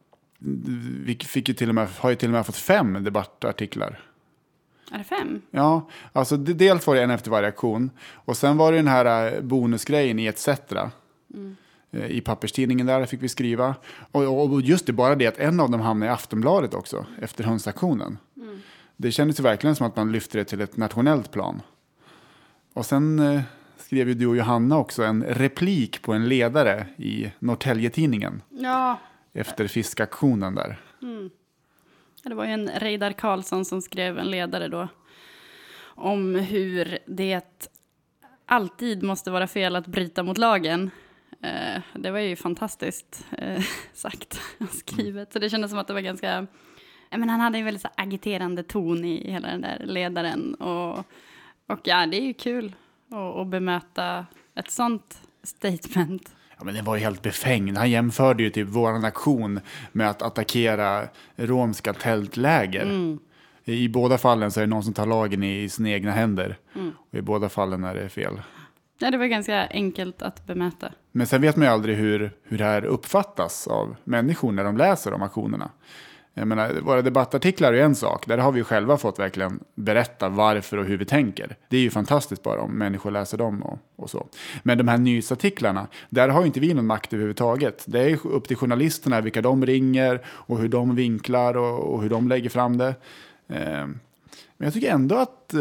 Vi har ju till och med fått 5 debattartiklar. Är det 5? Ja, alltså dels var det en efter varje aktion. Och sen var det den här bonusgrejen i ETC. I papperstidningen där fick vi skriva. Och just det, bara det att en av dem hamnade i Aftonbladet också. Efter hönsaktionen. Det kändes ju verkligen som att man lyfte det till ett nationellt plan. Och sen skrev ju du och Johanna också en replik på en ledare i Norrtälje-tidningen. Ja. Efter fiskaktionen där. Det var ju en Reidar Karlsson som skrev en ledare då. Om hur det alltid måste vara fel att bryta mot lagen. Det var ju fantastiskt sagt och skrivet. Så det kändes som att det var ganska... Men han hade en väldigt så agiterande ton i hela den där ledaren. Och ja, det är ju kul att bemöta ett sånt statement. Ja, men det var ju helt befängd. Han jämförde ju typ våran aktion med att attackera romska tältläger. I båda fallen så är det någon som tar lagen i sina egna händer. Och i båda fallen är det fel. Ja, det var ganska enkelt att bemöta. Men sen vet man ju aldrig hur det här uppfattas av människor när de läser om aktionerna. Jag menar, våra debattartiklar är en sak. Där har vi ju själva fått verkligen berätta varför och hur vi tänker. Det är ju fantastiskt bara om människor läser dem och så. Men de här nyhetsartiklarna, där har ju inte vi någon makt överhuvudtaget. Det är upp till journalisterna vilka de ringer och hur de vinklar och hur de lägger fram det. Men jag tycker ändå att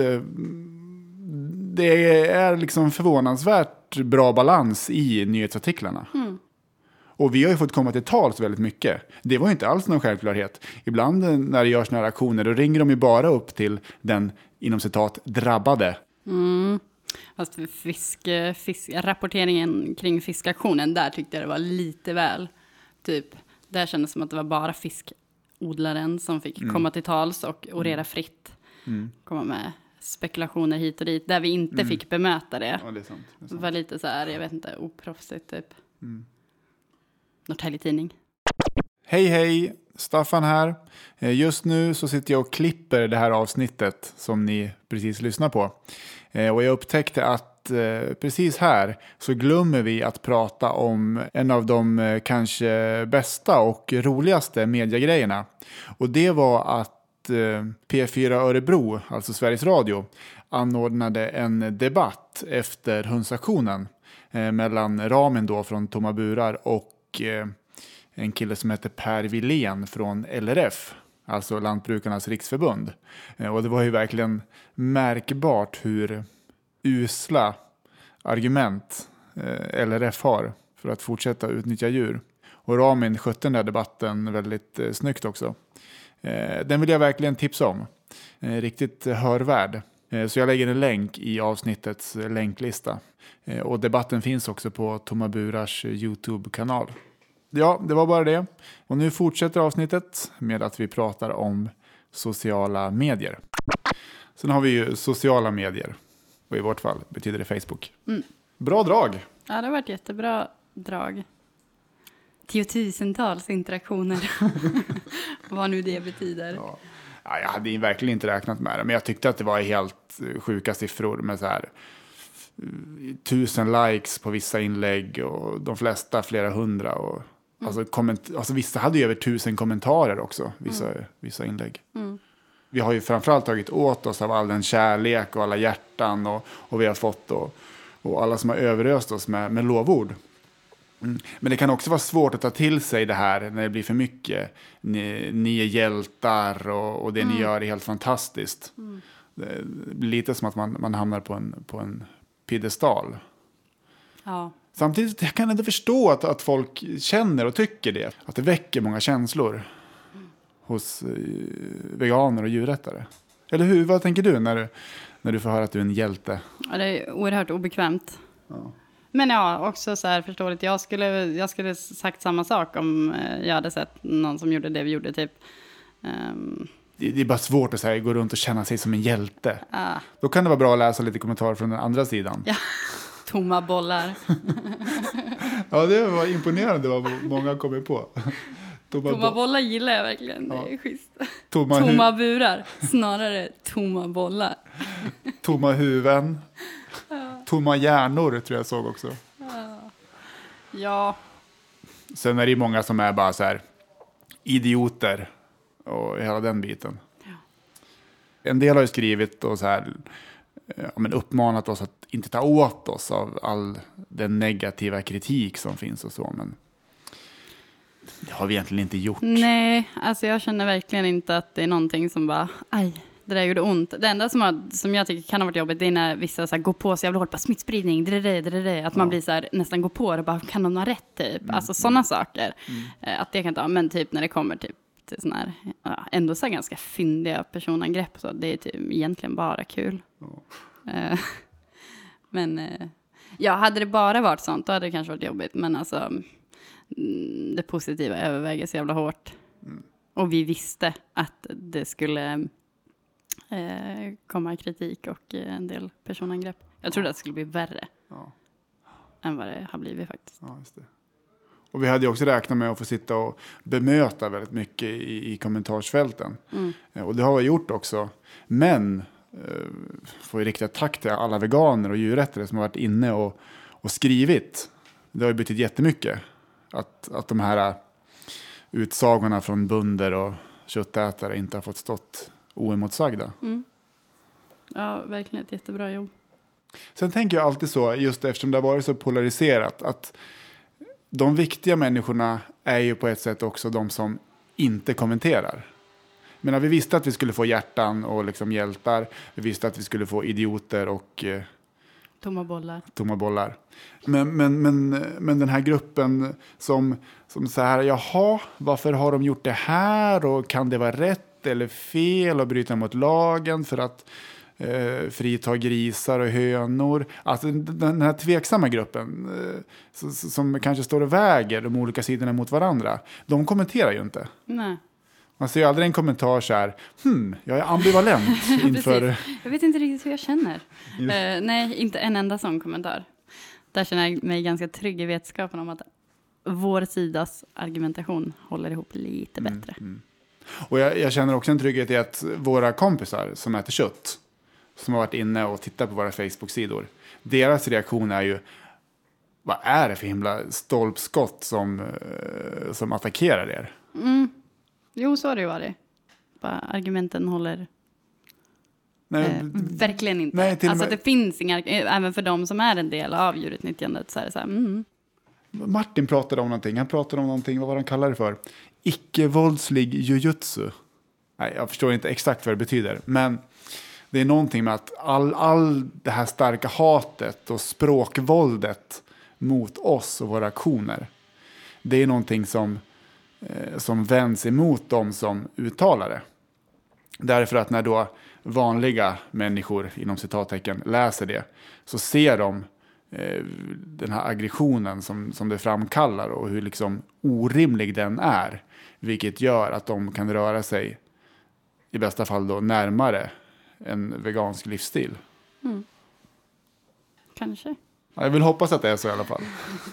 det är liksom förvånansvärt bra balans i nyhetsartiklarna. Och vi har ju fått komma till tals väldigt mycket. Det var ju inte alls någon självklarhet. Ibland när det görs några aktioner, då ringer de ju bara upp till den, inom citat, drabbade. Fast rapporteringen kring fiskaktionen, där tyckte jag det var lite väl. Typ, där kändes det som att det var bara fiskodlaren som fick komma till tals och orera fritt. Komma med spekulationer hit och dit, där vi inte fick bemöta det. Ja, det är sant. Det är sant. Det var lite så här, jag vet inte, oproffsigt typ. Norrtälje Tidning. Hej, Staffan här. Just nu så sitter jag och klipper det här avsnittet som ni precis lyssnar på. Och jag upptäckte att precis här så glömmer vi att prata om en av de kanske bästa och roligaste mediegrejerna. Och det var att P4 Örebro, alltså Sveriges Radio, anordnade en debatt efter hundsaktionen mellan Ramin då från Tomma burar och en kille som heter Per Wilén från LRF, alltså Lantbrukarnas riksförbund. Och det var ju verkligen märkbart hur usla argument LRF har för att fortsätta utnyttja djur. Och Ramin skötte den där debatten väldigt snyggt också. Den vill jag verkligen tipsa om. Riktigt hörvärd. Så jag lägger en länk i avsnittets länklista. Och debatten finns också på Tomma burars YouTube-kanal. Ja, det var bara det. Och nu fortsätter avsnittet med att vi pratar om sociala medier. Sen har vi ju sociala medier. Och i vårt fall betyder det Facebook. Bra drag! Ja, det har varit jättebra drag. Tiotusentals interaktioner. Vad nu det betyder. Ja, jag hade verkligen inte räknat med det. Men jag tyckte att det var helt sjuka siffror med så här 1000 likes på vissa inlägg och de flesta flera hundra. Och, alltså vissa hade ju över 1000 kommentarer också, vissa inlägg. Vi har ju framförallt tagit åt oss av all den kärlek och alla hjärtan och vi har fått och alla som har överöst oss med lovord. Men det kan också vara svårt att ta till sig det här när det blir för mycket. Ni är hjältar och det ni gör är helt fantastiskt. Det blir lite som att man hamnar på en piedestal. Ja. Samtidigt jag kan jag inte förstå att folk känner och tycker det. Att det väcker många känslor hos veganer och djurrättare. Eller hur? Vad tänker du när du får höra att du är en hjälte? Ja, det är oerhört obekvämt. Ja. Men ja, också så här förståeligt. Jag skulle sagt samma sak om jag hade sett någon som gjorde det vi gjorde typ. Det är bara svårt att säga, gå runt och känna sig som en hjälte. Då kan det vara bra att läsa lite kommentarer från den andra sidan. Ja, tomma bollar. Ja, det var imponerande vad många kommer på. Tomma bollar gillar jag verkligen, det är schysst. Tomma burar, snarare tomma bollar. Tomma huvuden. Tomma hjärnor tror jag såg också. Ja. Sen är det många som är bara så här idioter och hela den biten. Ja. En del har ju skrivit och så här uppmanat oss att inte ta åt oss av all den negativa kritik som finns och så, men det har vi egentligen inte gjort. Nej, alltså jag känner verkligen inte att det är någonting som bara, aj, det där gjorde ont. Det enda som jag tycker kan ha varit jobbigt, det är när vissa så här går på så jävla hårt på smittspridning, att man blir så här, nästan går på det och bara, kan de ha rätt typ? Alltså sådana saker. Att det kan ta, men typ när det kommer typ till sån här, ändå så här ganska fyndiga personangrepp, så det är typ egentligen bara kul. Men ja, hade det bara varit sånt, då hade det kanske varit jobbigt. Men alltså, det positiva överväger så jävla hårt. Och vi visste att det skulle komma kritik och en del personangrepp. Jag trodde att det skulle bli värre än vad det har blivit faktiskt. Ja, just det. Och vi hade ju också räknat med att få sitta och bemöta väldigt mycket i kommentarsfälten. Och det har vi gjort också. Men får vi rikta tack till alla veganer och djurrättare som har varit inne och skrivit. Det har ju betytt jättemycket. Att de här utsagorna från bönder och köttätare inte har fått stått oemotsagda. Ja, verkligen ett jättebra jobb. Sen tänker jag alltid så, just eftersom det har varit så polariserat, att de viktiga människorna är ju på ett sätt också de som inte kommenterar. Men vi visste att vi skulle få hjärtan och liksom hjältar. Vi visste att vi skulle få idioter och tomma bollar. Men den här gruppen som så här, jaha, varför har de gjort det här? Och kan det vara rätt eller fel och bryta mot lagen för att frita grisar och hönor? Alltså den här tveksamma gruppen som kanske står och väger de olika sidorna mot varandra. De kommenterar ju inte. Nej. Man ser ju aldrig en kommentar så här, jag är ambivalent inför... Jag vet inte riktigt hur jag känner. Nej, inte en enda sån kommentar. Där känner jag mig ganska trygg i vetskapen om att vår sidas argumentation håller ihop lite bättre. Och jag känner också en trygghet i att våra kompisar som äter kött, som har varit inne och tittat på våra Facebook-sidor, deras reaktion är ju, vad är det för himla stolpskott som attackerar er? Jo, så har det ju varit. Bara argumenten håller verkligen inte. Nej, alltså det finns inga, även för de som är en del av djurutnyttjandet så är det så här, Martin pratade om någonting. Han pratade om någonting, vad var han kallade det för? Icke-våldslig jujutsu. Nej, jag förstår inte exakt vad det betyder. Men det är någonting med att all det här starka hatet och språkvåldet mot oss och våra aktioner. Det är någonting som vänds emot dem som uttalar det. Därför att när då vanliga människor inom citattecken läser det, så ser de den här aggressionen som det framkallar och hur liksom orimlig den är, vilket gör att de kan röra sig i bästa fall då närmare en vegansk livsstil. Kanske. Ja, jag vill hoppas att det är så i alla fall.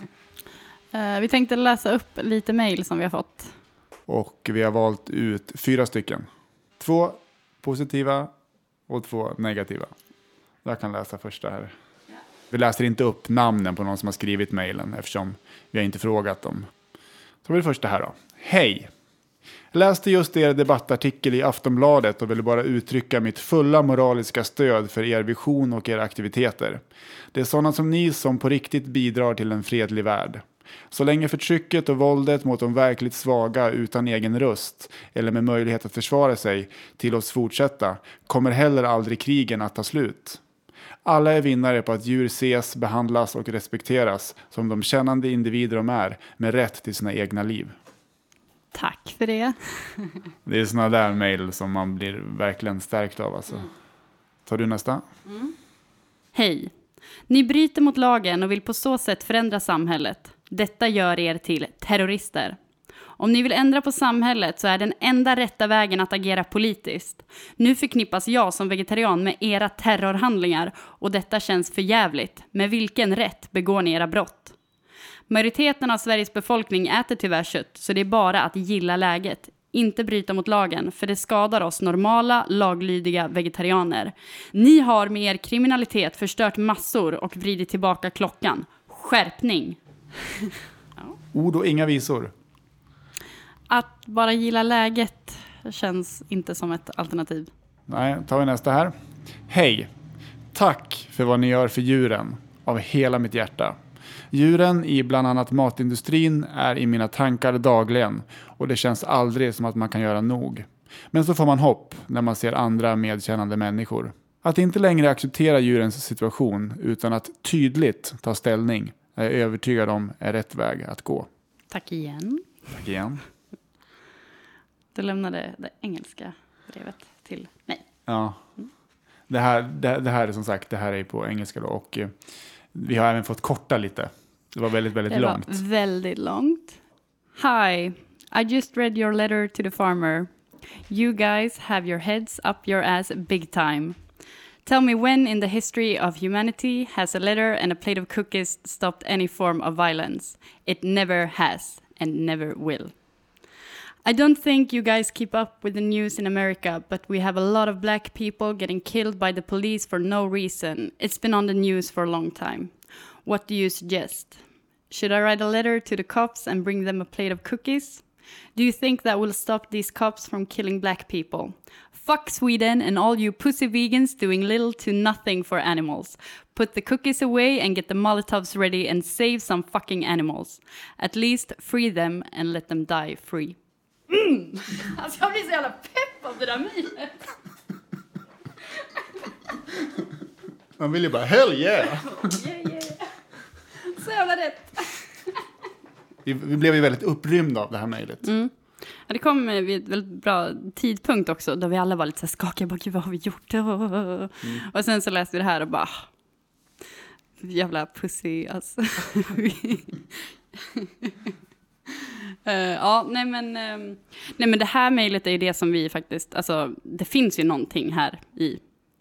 Vi tänkte läsa upp lite mejl som vi har fått. Och vi har valt ut 4 stycken. 2 positiva och 2 negativa. Jag kan läsa första här. Vi läser inte upp namnen på någon som har skrivit mejlen eftersom vi har inte frågat dem. Så blir det första här då. Hej! Jag läste just er debattartikel i Aftonbladet och ville bara uttrycka mitt fulla moraliska stöd för er vision och era aktiviteter. Det är sådana som ni som på riktigt bidrar till en fredlig värld. Så länge förtrycket och våldet mot de verkligt svaga utan egen röst eller med möjlighet att försvara sig till oss fortsätta kommer heller aldrig krigen att ta slut. Alla är vinnare på att djur ses, behandlas och respekteras som de kännande individer de är med rätt till sina egna liv. Tack för det. Det är såna där mejl som man blir verkligen stärkt av. Alltså. Tar du nästa? Hej. Ni bryter mot lagen och vill på så sätt förändra samhället. Detta gör er till terrorister. Om ni vill ändra på samhället så är den enda rätta vägen att agera politiskt. Nu förknippas jag som vegetarian med era terrorhandlingar och detta känns för jävligt. Med vilken rätt begår ni era brott? Majoriteten av Sveriges befolkning äter tyvärr kött, så det är bara att gilla läget. Inte bryta mot lagen, för det skadar oss normala, laglydiga vegetarianer. Ni har med er kriminalitet förstört massor och vridit tillbaka klockan. Skärpning! Ord och inga visor. Att bara gilla läget känns inte som ett alternativ. Nej, tar vi nästa här. Hej! Tack för vad ni gör för djuren. Av hela mitt hjärta. Djuren i bland annat matindustrin är i mina tankar dagligen. Och det känns aldrig som att man kan göra nog. Men så får man hopp när man ser andra medkännande människor. Att inte längre acceptera djurens situation utan att tydligt ta ställning är jag övertygad om är rätt väg att gå. Tack igen. Tack igen. Du lämnade det engelska brevet till mig. Ja. Det här är som sagt, det här är på engelska då. Och vi har även fått korta lite. Det var väldigt, väldigt långt. Det var väldigt långt. Hi, I just read your letter to the farmer. You guys have your heads up your ass big time. Tell me when in the history of humanity has a letter and a plate of cookies stopped any form of violence? It never has and never will. I don't think you guys keep up with the news in America, but we have a lot of black people getting killed by the police for no reason. It's been on the news for a long time. What do you suggest? Should I write a letter to the cops and bring them a plate of cookies? Do you think that will stop these cops from killing black people? Fuck Sweden and all you pussy vegans doing little to nothing for animals. Put the cookies away and get the Molotovs ready and save some fucking animals. At least free them and let them die free. Alltså jag blir så jävla pepp av det där mejlet. Man vill ju bara, hell yeah! Yeah. Så jävla rätt. Vi blev ju väldigt upprymda av det här mejlet. Ja, det kom vid ett väldigt bra tidpunkt också, då vi alla var lite så här skakiga, bara, gud vad har vi gjort? Och sen så läste vi det här och bara, jävla pussy, alltså. Ja, nej men det här mejlet är ju det som vi faktiskt, alltså det finns ju någonting här i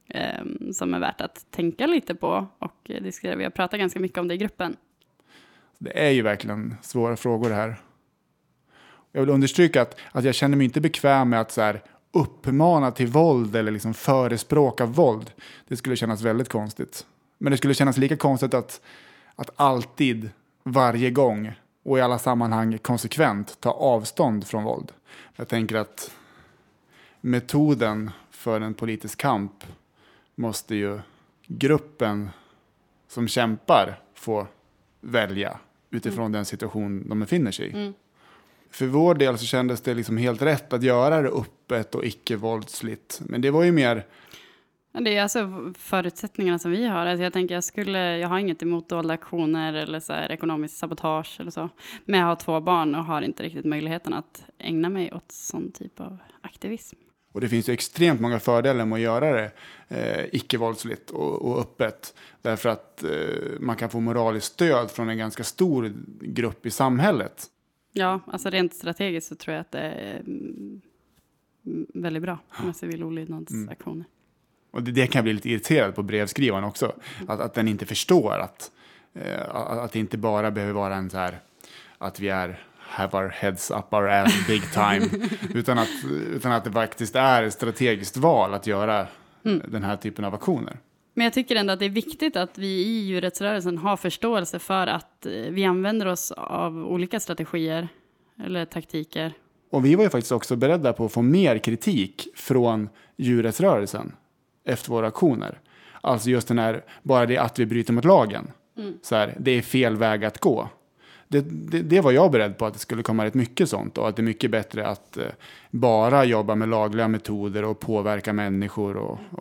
som är värt att tänka lite på och diskutera. Vi har pratat ganska mycket om det i gruppen. Det är ju verkligen svåra frågor det här. Jag vill understryka att jag känner mig inte bekväm med att så här uppmana till våld eller liksom förespråka våld. Det skulle kännas väldigt konstigt. Men det skulle kännas lika konstigt att alltid, varje gång och i alla sammanhang konsekvent ta avstånd från våld. Jag tänker att metoden för en politisk kamp måste ju gruppen som kämpar få välja utifrån den situation de befinner sig i. För vår del så kändes det liksom helt rätt att göra det öppet och icke-våldsligt. Men det var ju mer... Det är alltså förutsättningarna som vi har. Alltså jag tänker jag har inget emot dolda aktioner eller så här ekonomisk sabotage eller så. Men jag har 2 barn och har inte riktigt möjligheten att ägna mig åt sån typ av aktivism. Och det finns ju extremt många fördelar med att göra det icke-våldsligt och öppet. Därför att man kan få moraliskt stöd från en ganska stor grupp i samhället. Ja, alltså rent strategiskt så tror jag att det är väldigt bra med civil olydnadsaktioner. Och det kan jag bli lite irriterad på brevskrivaren också. Att den inte förstår att det inte bara behöver vara en så här att vi have our heads up our ass big time. utan att det faktiskt är ett strategiskt val att göra den här typen av aktioner. Men jag tycker ändå att det är viktigt att vi i djurrättsrörelsen har förståelse för att vi använder oss av olika strategier eller taktiker. Och vi var ju faktiskt också beredda på att få mer kritik från djurrättsrörelsen efter våra aktioner. Alltså just den här, bara det att vi bryter mot lagen. Så här, det är fel väg att gå. Det var jag beredd på, att det skulle komma rätt mycket sånt. Och att det är mycket bättre att bara jobba med lagliga metoder och påverka människor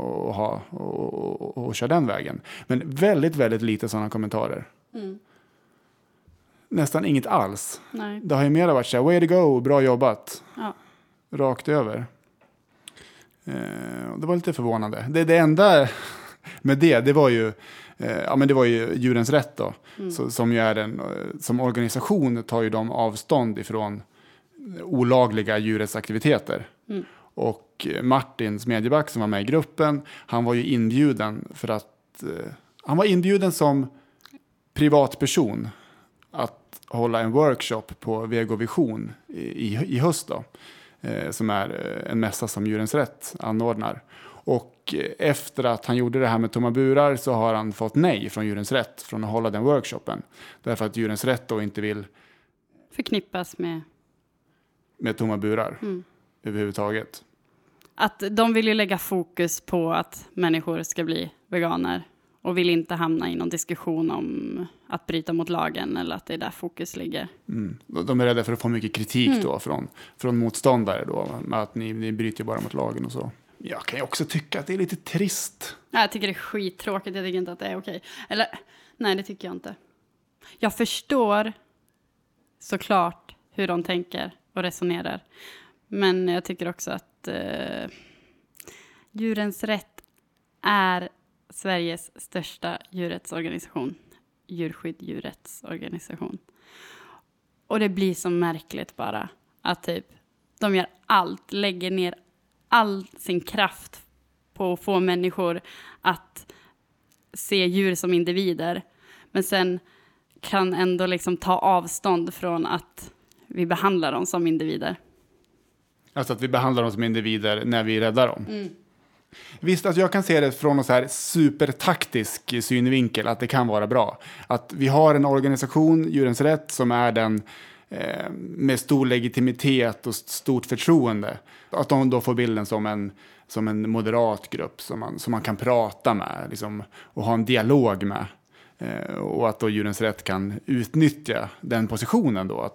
och köra den vägen. Men väldigt, väldigt lite sådana kommentarer. Nästan inget alls. Nej. Det har ju mer varit så här, way to go, bra jobbat. Ja. Rakt över. Det var lite förvånande. Det enda med det var ju det var ju Djurens Rätt då. Som ju är som organisation tar ju de avstånd ifrån olagliga djurrättsaktiviteter. Och Martin Smedjeback som var med i gruppen, han var ju inbjuden han var inbjuden som privatperson att hålla en workshop på Vegovision i höst då. Som är en mässa som Djurens Rätt anordnar. Och efter att han gjorde det här med tomma burar så har han fått nej från Djurens Rätt från att hålla den workshopen. Därför att Djurens Rätt då inte vill förknippas med tomma burar överhuvudtaget. Att de vill ju lägga fokus på att människor ska bli veganer och vill inte hamna i någon diskussion om att bryta mot lagen eller att det är där fokus ligger. De är rädda för att få mycket kritik då från motståndare då, med att ni bryter bara mot lagen och så. Jag kan ju också tycka att det är lite trist. Jag tycker det är skittråkigt. Jag tycker inte att det är okej. Eller, nej, det tycker jag inte. Jag förstår såklart hur de tänker och resonerar. Men jag tycker också att Djurens Rätt är Sveriges största djurrättsorganisation. Djurrättsorganisation. Och det blir så märkligt bara att typ de gör allt, lägger ner all sin kraft på att få människor att se djur som individer. Men sen kan ändå liksom ta avstånd från att vi behandlar dem som individer. Alltså att vi behandlar dem som individer när vi räddar dem. Visst, alltså jag kan se det från en så här supertaktisk synvinkel att det kan vara bra. Att vi har en organisation, Djurens Rätt, som är den med stor legitimitet och stort förtroende. Att de då får bilden som en moderat grupp som man kan prata med liksom, och ha en dialog med. Och att då Djurens Rätt kan utnyttja den positionen då, att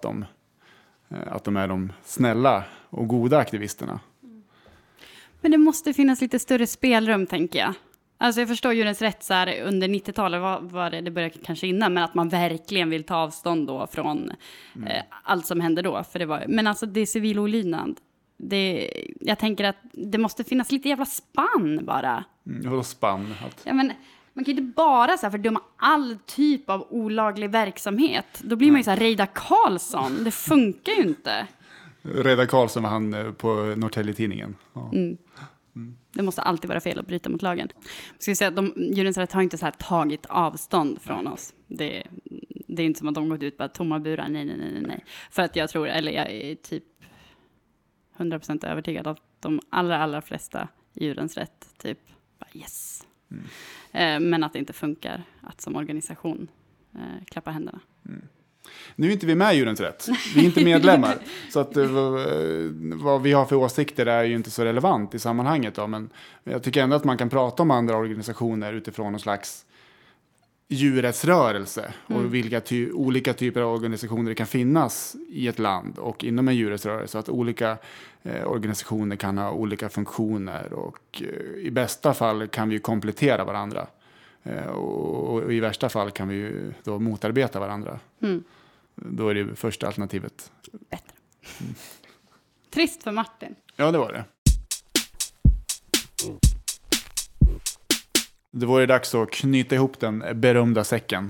de är de snälla och goda aktivisterna. Men det måste finnas lite större spelrum, tänker jag. Alltså jag förstår Djurens Rätt så här, under 90-talet var det började kanske innan, men att man verkligen vill ta avstånd då från allt som hände då. För det var, men alltså det är civil olydnad. Jag tänker att det måste finnas lite jävla spann bara. Vadå spann? Ja, men man kan ju inte bara så här fördöma all typ av olaglig verksamhet. Då blir man ju så här Reidar Karlsson. Det funkar ju inte. Reidar Karlsson var han på Norrtälje-tidningen. Ja. Det måste alltid vara fel att bryta mot lagen. Ska vi säga att Djurens Rätt har inte så här tagit avstånd från oss. Det det är inte som att de gått ut på tomma burar, nej. För att jag tror, eller jag är typ 100% övertygad att de allra flesta djurens rätt typ, yes. Men att det inte funkar att som organisation klappa händerna. Nu är inte vi med i Djurens Rätt. Vi är inte medlemmar. Så att vad vi har för åsikter är ju inte så relevant i sammanhanget. Då. Men jag tycker ändå att man kan prata om andra organisationer utifrån någon slags djurrättsrörelse. Och vilka olika typer av organisationer det kan finnas i ett land och inom en djurrättsrörelse. Att olika organisationer kan ha olika funktioner. Och i bästa fall kan vi komplettera varandra. Och i värsta fall kan vi ju då motarbeta varandra. Då är det första alternativet bättre. Trist för Martin. Ja, det var det. Det var ju dags att knyta ihop den berömda säcken.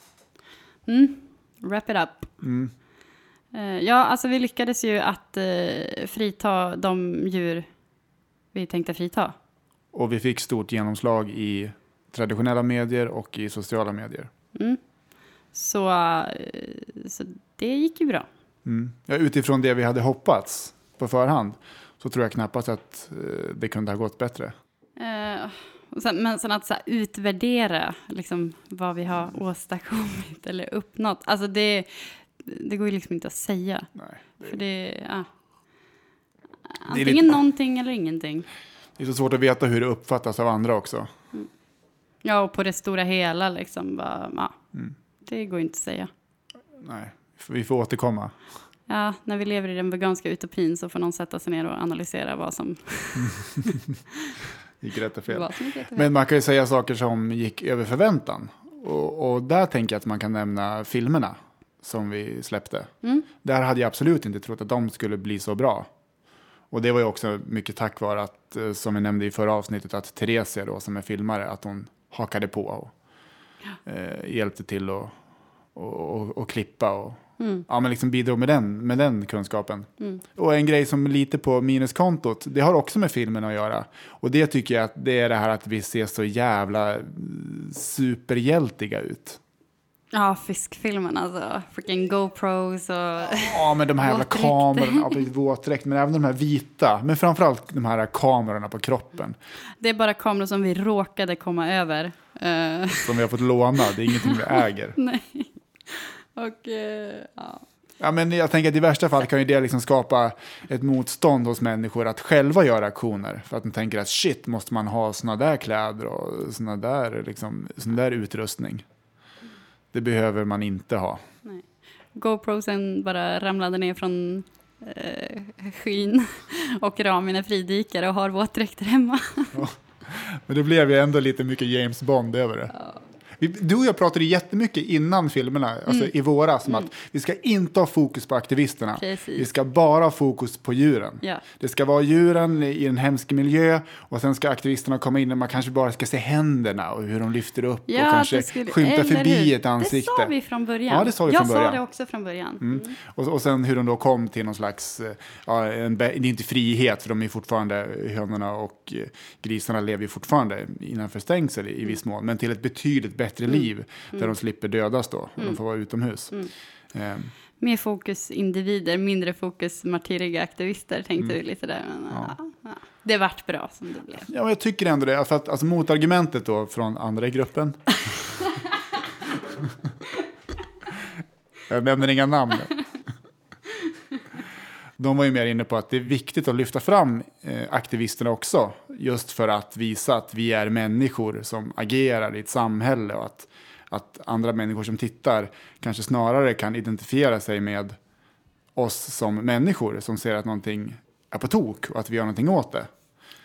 Wrap it up. Ja, alltså vi lyckades ju att frita de djur vi tänkte frita. Och vi fick stort genomslag i traditionella medier och i sociala medier. Så det gick ju bra. Ja, utifrån det vi hade hoppats på förhand så tror jag knappast att det kunde ha gått bättre. Men sen att så här, utvärdera liksom, vad vi har åstadkommit eller uppnått. Alltså det går ju liksom inte att säga. Nej, för antingen någonting eller ingenting. Det är så svårt att veta hur det uppfattas av andra också. Ja, och på det stora hela liksom. Det går inte att säga. Nej, vi får återkomma. Ja, när vi lever i den veganska utopin så får någon sätta sig ner och analysera vad som... gick rätt och fel. Men man kan ju säga saker som gick över förväntan. Och där tänker jag att man kan nämna filmerna som vi släppte. Där hade jag absolut inte trott att de skulle bli så bra. Och det var ju också mycket tack vare att, som jag nämnde i förra avsnittet, att Theresia då, som är filmare, att hon hakade på och hjälpte till och klippa och men liksom bidrog med den kunskapen. Och en grej som lite på minuskontot, det har också med filmen att göra. Och det tycker jag att det är det här att vi ser så jävla superhjältiga ut. Ja, fiskfilmen alltså. Freaking GoPros och... Ja, men de här jävla kamerorna, våtdräkt, men även de här vita. Men framförallt de här kamerorna på kroppen. Det är bara kameror som vi råkade komma över. Som vi har fått låna, det är ingenting vi äger. Nej. Och, Ja, men jag tänker att i värsta fall kan ju det liksom skapa ett motstånd hos människor att själva göra aktioner. För att de tänker att shit, måste man ha såna där kläder och sån där utrustning. Det behöver man inte ha. Nej. GoProsen bara ramlade ner från skyn och Ramin är fridykare och har våtdräkter hemma. Ja. Men det blev ju ändå lite mycket James Bond över det. Ja. Du och jag pratade jättemycket innan filmerna, alltså i våras, som att vi ska inte ha fokus på aktivisterna. Precis. Vi ska bara ha fokus på djuren. Ja. Det ska vara djuren i en hemsk miljö och sen ska aktivisterna komma in och man kanske bara ska se händerna och hur de lyfter upp och kanske skymta förbi ett ansikte. Det sa vi från början. Ja, det sa vi från början. Jag sa det också från början. Och sen hur de då kom till någon slags, det är inte frihet för de är fortfarande, hönorna och grisarna lever ju fortfarande innanför stängsel i viss mån, men till ett betydligt bättre liv där de slipper dödas då och de får vara utomhus. Mer fokus individer, mindre fokus martyriga aktivister tänkte vi lite där. Men, det vart bra som det blev. Ja, jag tycker ändå det. För att, alltså, motargumentet då från andra i gruppen. Jag nämner inga namn. De var ju mer inne på att det är viktigt att lyfta fram aktivisterna också. Just för att visa att vi är människor som agerar i ett samhälle. Och att andra människor som tittar kanske snarare kan identifiera sig med oss som människor. Som ser att någonting är på tok och att vi gör någonting åt det.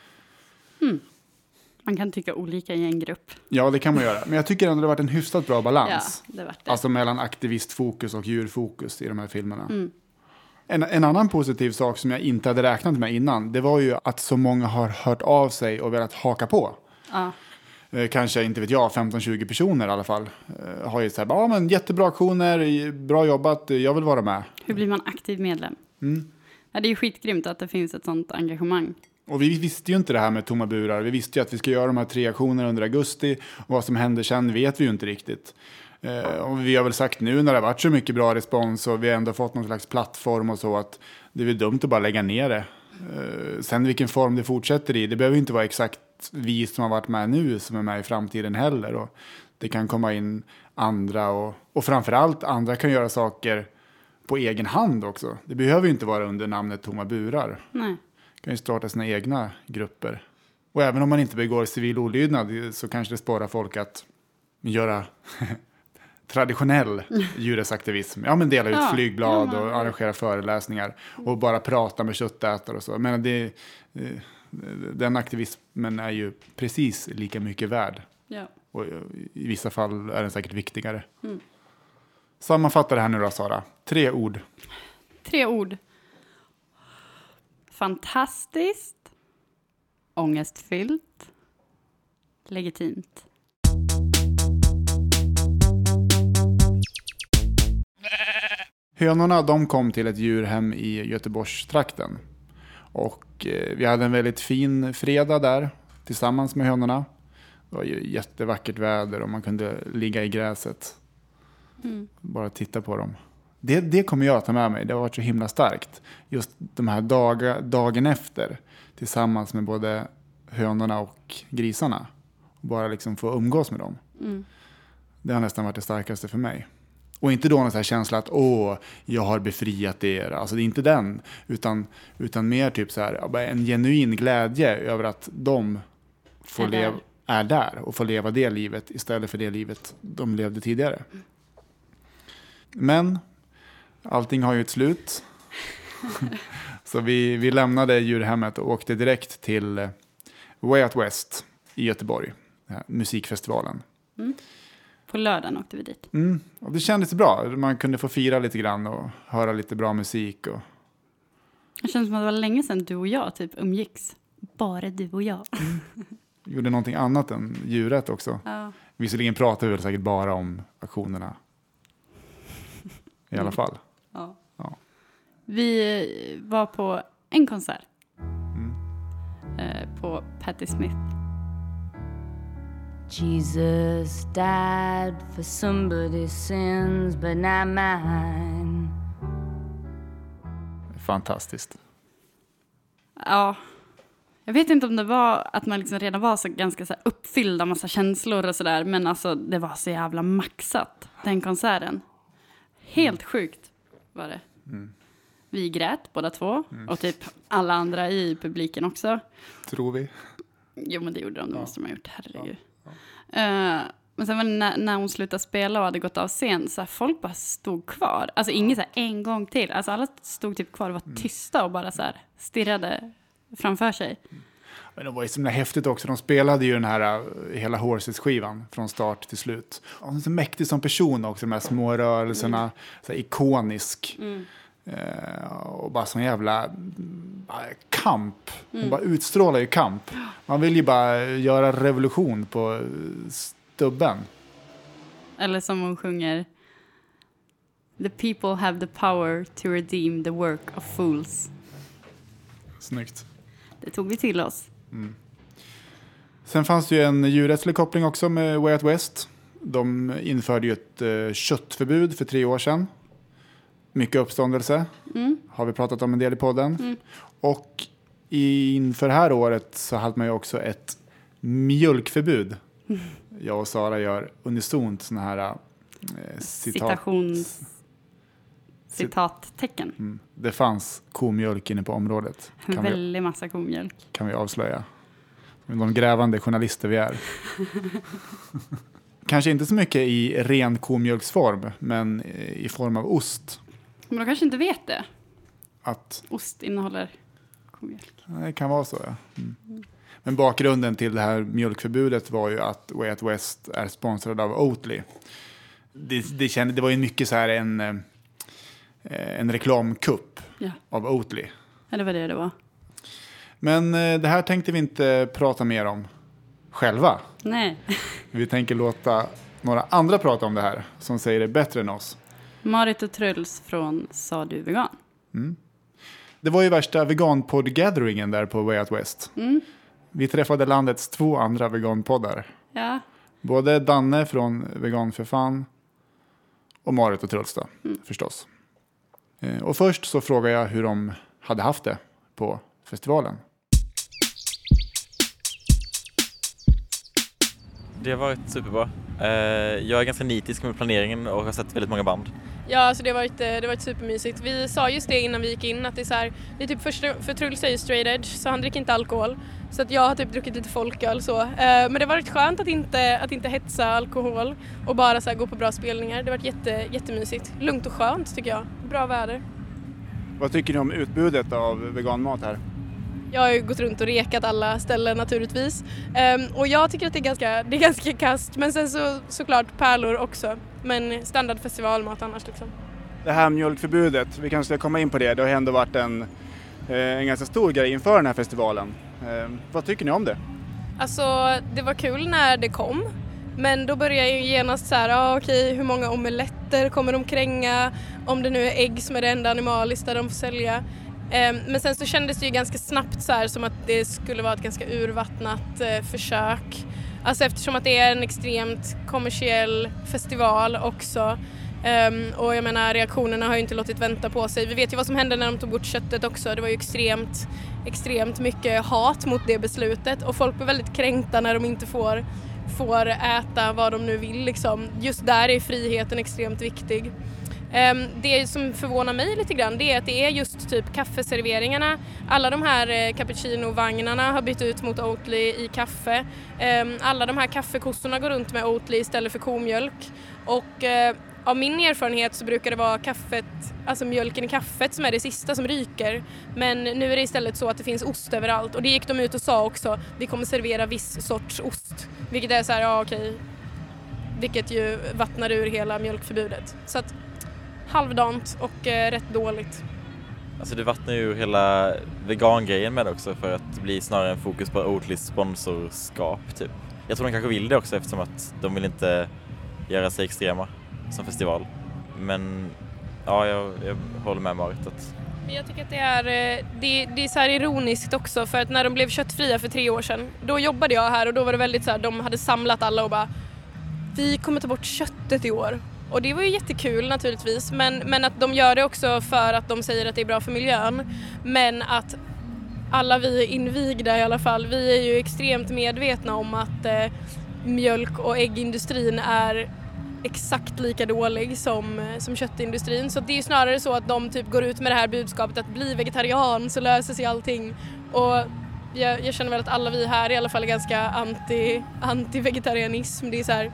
Man kan tycka olika i en grupp. Ja, det kan man göra. Men jag tycker ändå det har varit en hyfsat bra balans. Ja, det var det. Alltså mellan aktivistfokus och djurfokus i de här filmerna. En annan positiv sak som jag inte hade räknat med innan, det var ju att så många har hört av sig och velat haka på. Ja. Kanske, inte vet jag, 15-20 personer i alla fall. Har ju så här, men jättebra aktioner, bra jobbat, jag vill vara med. Hur blir man aktiv medlem? Ja, det är ju skitgrymt att det finns ett sånt engagemang. Och vi visste ju inte det här med tomma burar. Vi visste ju att vi ska göra de här 3 aktionerna under augusti. Och vad som händer sen vet vi ju inte riktigt. Och vi har väl sagt nu när det har varit så mycket bra respons och vi har ändå fått någon slags plattform och så, att det är väl dumt att bara lägga ner det. Sen vilken form det fortsätter i, det behöver inte vara exakt vi som har varit med nu som är med i framtiden heller. Och det kan komma in andra och framförallt andra kan göra saker på egen hand också. Det behöver ju inte vara under namnet Tomma burar. Nej. Kan ju starta sina egna grupper. Och även om man inte begår civil olydnad så kanske det sparar folk att göra traditionell djurrättsaktivism. Ja, men dela ut flygblad och arrangera föreläsningar och bara prata med köttätare och så. Men den aktivismen är ju precis lika mycket värd. Ja. Och i vissa fall är den säkert viktigare. Sammanfatta det här nu då, Sara. 3 ord. 3 ord. Fantastiskt. Ångestfyllt. Legitimt. Hönorna, de kom till ett djurhem i Göteborgstrakten. Och vi hade en väldigt fin fredag där tillsammans med hönorna. Det var ju jättevackert väder och man kunde ligga i gräset. Bara titta på dem. Det kommer jag att ta med mig. Det har varit så himla starkt. Just de här dagen efter. Tillsammans med både hönorna och grisarna. Och bara liksom få umgås med dem. Det har nästan varit det starkaste för mig. Och inte då någon sån här känsla att jag har befriat er. Alltså det är inte den. Utan mer typ så här, en genuin glädje över att de är där och får leva det livet istället för det livet de levde tidigare. Men allting har ju ett slut. Så vi lämnade djurhemmet och åkte direkt till Way Out West i Göteborg. Musikfestivalen. På lördagen åkte vi dit. Och det kändes bra. Man kunde få fira lite grann och höra lite bra musik. Och... Det känns som att det var länge sedan du och jag typ umgicks. Bara du och jag. Gjorde någonting annat än djuret också. Ja. Visserligen pratar vi väl säkert bara om aktionerna. I alla fall. Ja. Ja. Vi var på en konsert. På Patti Smith. Jesus died for somebody's sins but not mine. Fantastiskt. Ja. Jag vet inte om det var att man liksom redan var så ganska så här uppfylld av massa känslor och sådär. Men alltså det var så jävla maxat, den konserten. Helt sjukt var det. Vi grät båda två. Och typ alla andra i publiken också. Tror vi. Jo, men det gjorde de. Det måste man ha gjort. Herregud. Men sen var det när hon slutade spela och hade gått av scen. Så här, folk bara stod kvar. Alltså inget så här en gång till. Alltså alla stod typ kvar och var tysta. Och bara så här stirrade framför sig. Men det var ju så häftigt också. De spelade ju den här hela Horses-skivan från start till slut. Och hon är så mäktig som person också. De här små rörelserna. Så här ikonisk. Och bara sån jävla kamp. Hon bara utstrålar ju kamp. Man vill ju bara göra revolution på stubben. Eller som hon sjunger: The people have the power to redeem the work of fools. Snyggt. Det tog vi till oss. Sen fanns det ju en djurrättslig koppling också med Way Out West. De införde ju ett köttförbud för 3 år sedan. Mycket uppståndelse. Har vi pratat om en del i podden. Och inför det här året så hade man ju också ett mjölkförbud. Jag och Sara gör unisont såna här citattecken. Det fanns komjölk inne på området. Väldigt massa komjölk. Kan vi avslöja. De grävande journalister vi är. Kanske inte så mycket i ren komjölksform, men i form av ost. Men de kanske inte vet det. Att ost innehåller komjölk. Det kan vara så, ja. Men bakgrunden till det här mjölkförbudet var ju att Way Out West är sponsrad av Oatly. Det var ju mycket så här en reklamkupp av Oatly. Ja, det var det var. Men det här tänkte vi inte prata mer om själva. Nej. Vi tänker låta några andra prata om det här som säger det bättre än oss. Marit och Truls från Sa du vegan? Det var ju värsta veganpodd-gatheringen där på Way Out West. Vi träffade landets 2 andra veganpoddar. Ja. Både Danne från Vegan för fan och Marit och Truls då, förstås. Och först så frågar jag hur de hade haft det på festivalen. Det har varit superbra. Jag är ganska nitisk med planeringen och har sett väldigt många band. Ja, alltså det har varit supermysigt. Vi sa just det innan vi gick in att det är så här, det är typ för Truls är ju straight edge så han dricker inte alkohol. Så att jag har typ druckit lite folköl så. Men det har varit skönt att inte hetsa alkohol och bara så här gå på bra spelningar. Det har varit jättemysigt. Lugnt och skönt tycker jag. Bra väder. Vad tycker ni om utbudet av veganmat här? Jag har ju gått runt och rekat alla ställen naturligtvis. Och jag tycker att det är ganska kast. Men sen såklart pärlor också. Men standard festivalmat annars liksom. Det här mjölkförbudet, vi kanske ska komma in på det. Det har ändå varit en ganska stor grej inför den här festivalen. Vad tycker ni om det? Alltså det var kul när det kom. Men då börjar jag ju genast så här, okej, hur många omeletter kommer de kränga? Om det nu är ägg som är det enda animaliska de får sälja. Men sen så kändes det ju ganska snabbt så här, som att det skulle vara ett ganska urvattnat försök. Alltså eftersom att det är en extremt kommersiell festival också. Och jag menar reaktionerna har ju inte låtit vänta på sig. Vi vet ju vad som hände när de tog bort köttet också. Det var ju extremt mycket hat mot det beslutet. Och folk blir väldigt kränkta när de inte får äta vad de nu vill liksom. Just där är friheten extremt viktig. Det som förvånar mig lite grann det är att det är just typ kaffeserveringarna. Alla de här cappuccino-vagnarna har bytt ut mot Oatly i kaffe. Alla de här kaffekossorna går runt med Oatly istället för komjölk. Och av min erfarenhet så brukar det vara kaffet, alltså mjölken i kaffet som är det sista som ryker. Men nu är det istället så att det finns ost överallt. Och det gick de ut och sa också, vi kommer servera viss sorts ost. Vilket är så här, okej. Vilket ju vattnar ur hela mjölkförbudet. Så att halvdant och rätt dåligt. Alltså det vattnar ju hela vegangrejen med också för att det blir snarare en fokus på Oatlys sponsorskap typ. Jag tror de kanske vill det också eftersom att de vill inte göra sig extrema som festival. Men ja, jag håller med Marit att... Jag tycker att det är så här ironiskt också för att när de blev köttfria för 3 år sedan då jobbade jag här och då var det väldigt så här, de hade samlat alla och bara vi kommer ta bort köttet i år. Och det var ju jättekul naturligtvis, men att de gör det också för att de säger att det är bra för miljön. Men att alla vi invigda i alla fall, vi är ju extremt medvetna om att mjölk- och äggindustrin är exakt lika dålig som köttindustrin. Så det är ju snarare så att de typ går ut med det här budskapet att bli vegetarian så löser sig allting. Och jag känner väl att alla vi här i alla fall är ganska anti-vegetarianism. Det är så här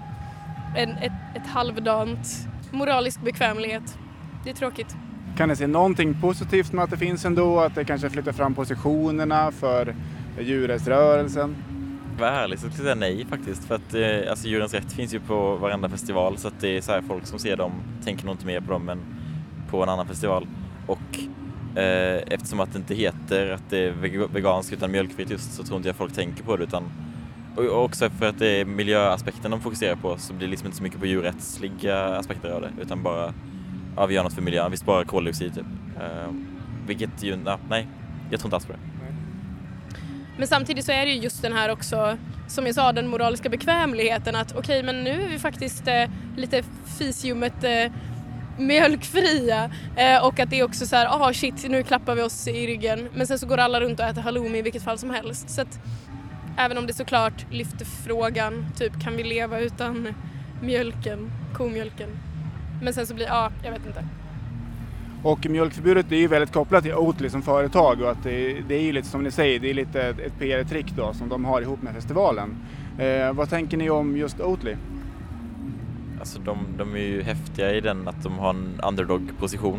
ett halvdant moralisk bekvämlighet. Det är tråkigt. Kan ni se någonting positivt med att det finns ändå? Att det kanske flyttar fram positionerna för djurrättsrörelsen? Vad ärligt så skulle jag säga nej faktiskt. För att alltså, djurens rätt finns ju på varenda festival. Så att det är så här, folk som ser dem tänker nog inte mer på dem än på en annan festival. Och eftersom att det inte heter att det är veganskt utan mjölkfritt just så tror inte jag folk tänker på det utan och också för att det är miljöaspekten de fokuserar på så blir det liksom inte så mycket på djurrättsliga aspekter av det utan bara vi gör något för miljön, vi sparar koldioxid typ. Vilket ju, nej, jag tror inte alls på det. Men samtidigt så är det ju just den här också, som jag sa, den moraliska bekvämligheten att okej, men nu är vi faktiskt lite fisiumet mjölkfria och att det är också så här, shit, nu klappar vi oss i ryggen men sen så går alla runt och äter halloumi i vilket fall som helst. Så att även om det såklart lyfter frågan, typ kan vi leva utan mjölken, komjölken. Men sen så blir, jag vet inte. Och mjölkförbudet är ju väldigt kopplat till Oatly som företag och att det är ju lite som ni säger, det är lite ett PR-trick då som de har ihop med festivalen. Vad tänker ni om just Oatly? Alltså de är ju häftiga i den att de har en underdog-position.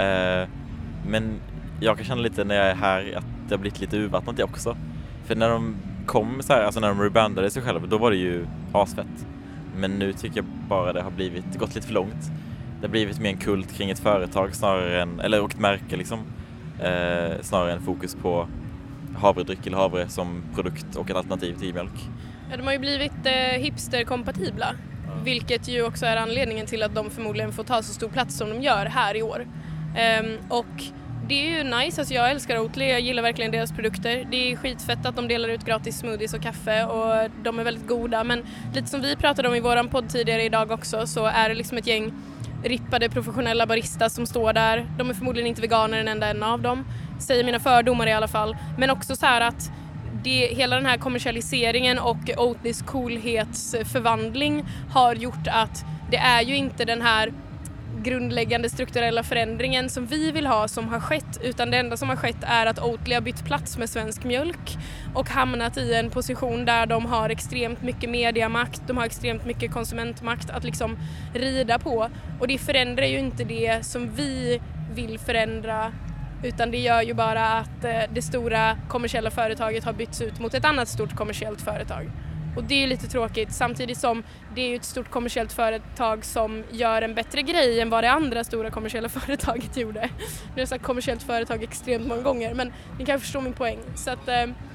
Men jag kan känna lite när jag är här att det har blivit lite urvattnat också. För när de kom så här, alltså när de rebrandade sig själva, då var det ju asfett. Men nu tycker jag bara det har gått lite för långt. Det har blivit mer en kult kring ett företag snarare än, eller ett märke liksom. Snarare än fokus på havredryck eller havre som produkt och ett alternativ till mjölk. Ja, de har ju blivit hipsterkompatibla. Vilket ju också är anledningen till att de förmodligen får ta så stor plats som de gör här i år. Och det är ju nice, alltså jag älskar Oatly, jag gillar verkligen deras produkter. Det är skitfett att de delar ut gratis smoothies och kaffe och de är väldigt goda. Men lite som vi pratade om i våran podd tidigare idag också så är det liksom ett gäng rippade professionella baristas som står där. De är förmodligen inte veganer en enda av dem, säger mina fördomar i alla fall. Men också så här att hela den här kommersialiseringen och Oatlys coolhetsförvandling har gjort att det är ju inte den här grundläggande strukturella förändringen som vi vill ha som har skett, utan det enda som har skett är att Oatly har bytt plats med Svensk Mjölk och hamnat i en position där de har extremt mycket mediamakt, de har extremt mycket konsumentmakt att liksom rida på, och det förändrar ju inte det som vi vill förändra, utan det gör ju bara att det stora kommersiella företaget har bytts ut mot ett annat stort kommersiellt företag. Och det är lite tråkigt, samtidigt som det är ju ett stort kommersiellt företag som gör en bättre grej än vad det andra stora kommersiella företaget gjorde. Nu har jag sagt kommersiellt företag extremt många gånger, men ni kan förstå min poäng. Så att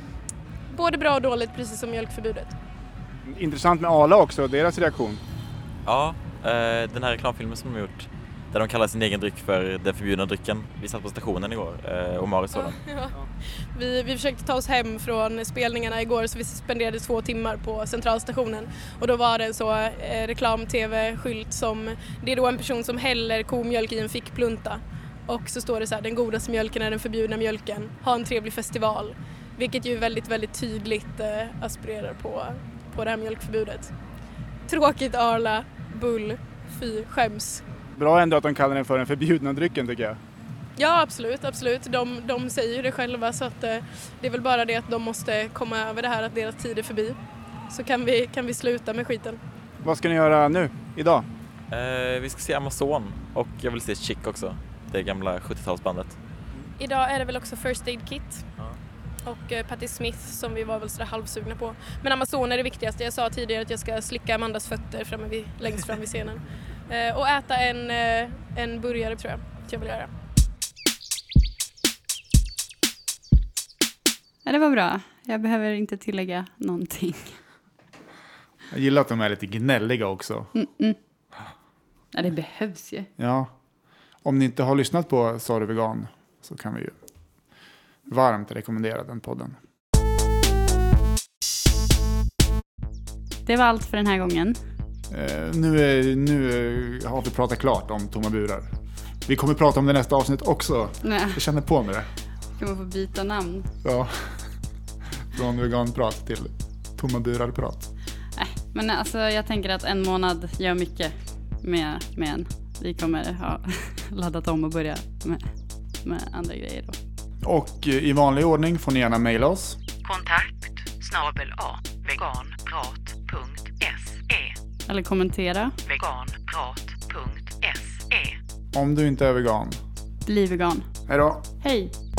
både bra och dåligt, precis som mjölkförbudet. Intressant med Arla också, deras reaktion. Ja, den här reklamfilmen som de har gjort, där de kallar sin egen dryck för den förbjudna drycken. Vi satt på stationen igår, och Marit såg den. Ja. Vi försökte ta oss hem från spelningarna igår, så vi spenderade 2 timmar på centralstationen. Och då var det en så reklam-tv-skylt som, det är då en person som häller komjölk i en fickplunta. Och så står det så här: den godaste mjölken är den förbjudna mjölken. Ha en trevlig festival. Vilket ju väldigt, väldigt tydligt aspirerar på det här mjölkförbudet. Tråkigt Arla, bull, fy, skäms. Bra ändå att de kallar den för den förbjudna drycken, tycker jag. Ja, absolut. De säger ju det själva, så att det är väl bara det att de måste komma över det här att deras tid är förbi. Så kan vi sluta med skiten. Vad ska ni göra nu, idag? Vi ska se Amazon, och jag vill se Chick också, det gamla 70-talsbandet. Idag är det väl också First Aid Kit och Patti Smith som vi var väl sådär halvsugna på. Men Amazon är det viktigaste. Jag sa tidigare att jag ska slicka Amandas fötter längst fram vid scenen. Och äta en burgare tror jag att jag vill göra. Ja, det var bra. Jag behöver inte tillägga någonting. Jag gillar att de är lite gnälliga också. Ja, det behövs ju. Ja. Om ni inte har lyssnat på Sorry Vegan så kan vi ju varmt rekommendera den podden. Det var allt för den här gången. Nu har vi pratat klart om tomma burar. Vi kommer prata om det nästa avsnitt också. Nej. Jag känner på mig det. Ska man få byta namn? Ja. Från veganprat till tomma burar-prat. Men alltså, jag tänker att 1 månad gör mycket med en. Vi kommer ha laddat om och börja med andra grejer då. Och i vanlig ordning får ni gärna mejla oss. kontakt@veganprat.se Eller kommentera. veganprat.se. Om du inte är vegan. Bli vegan. Hej då. Hej.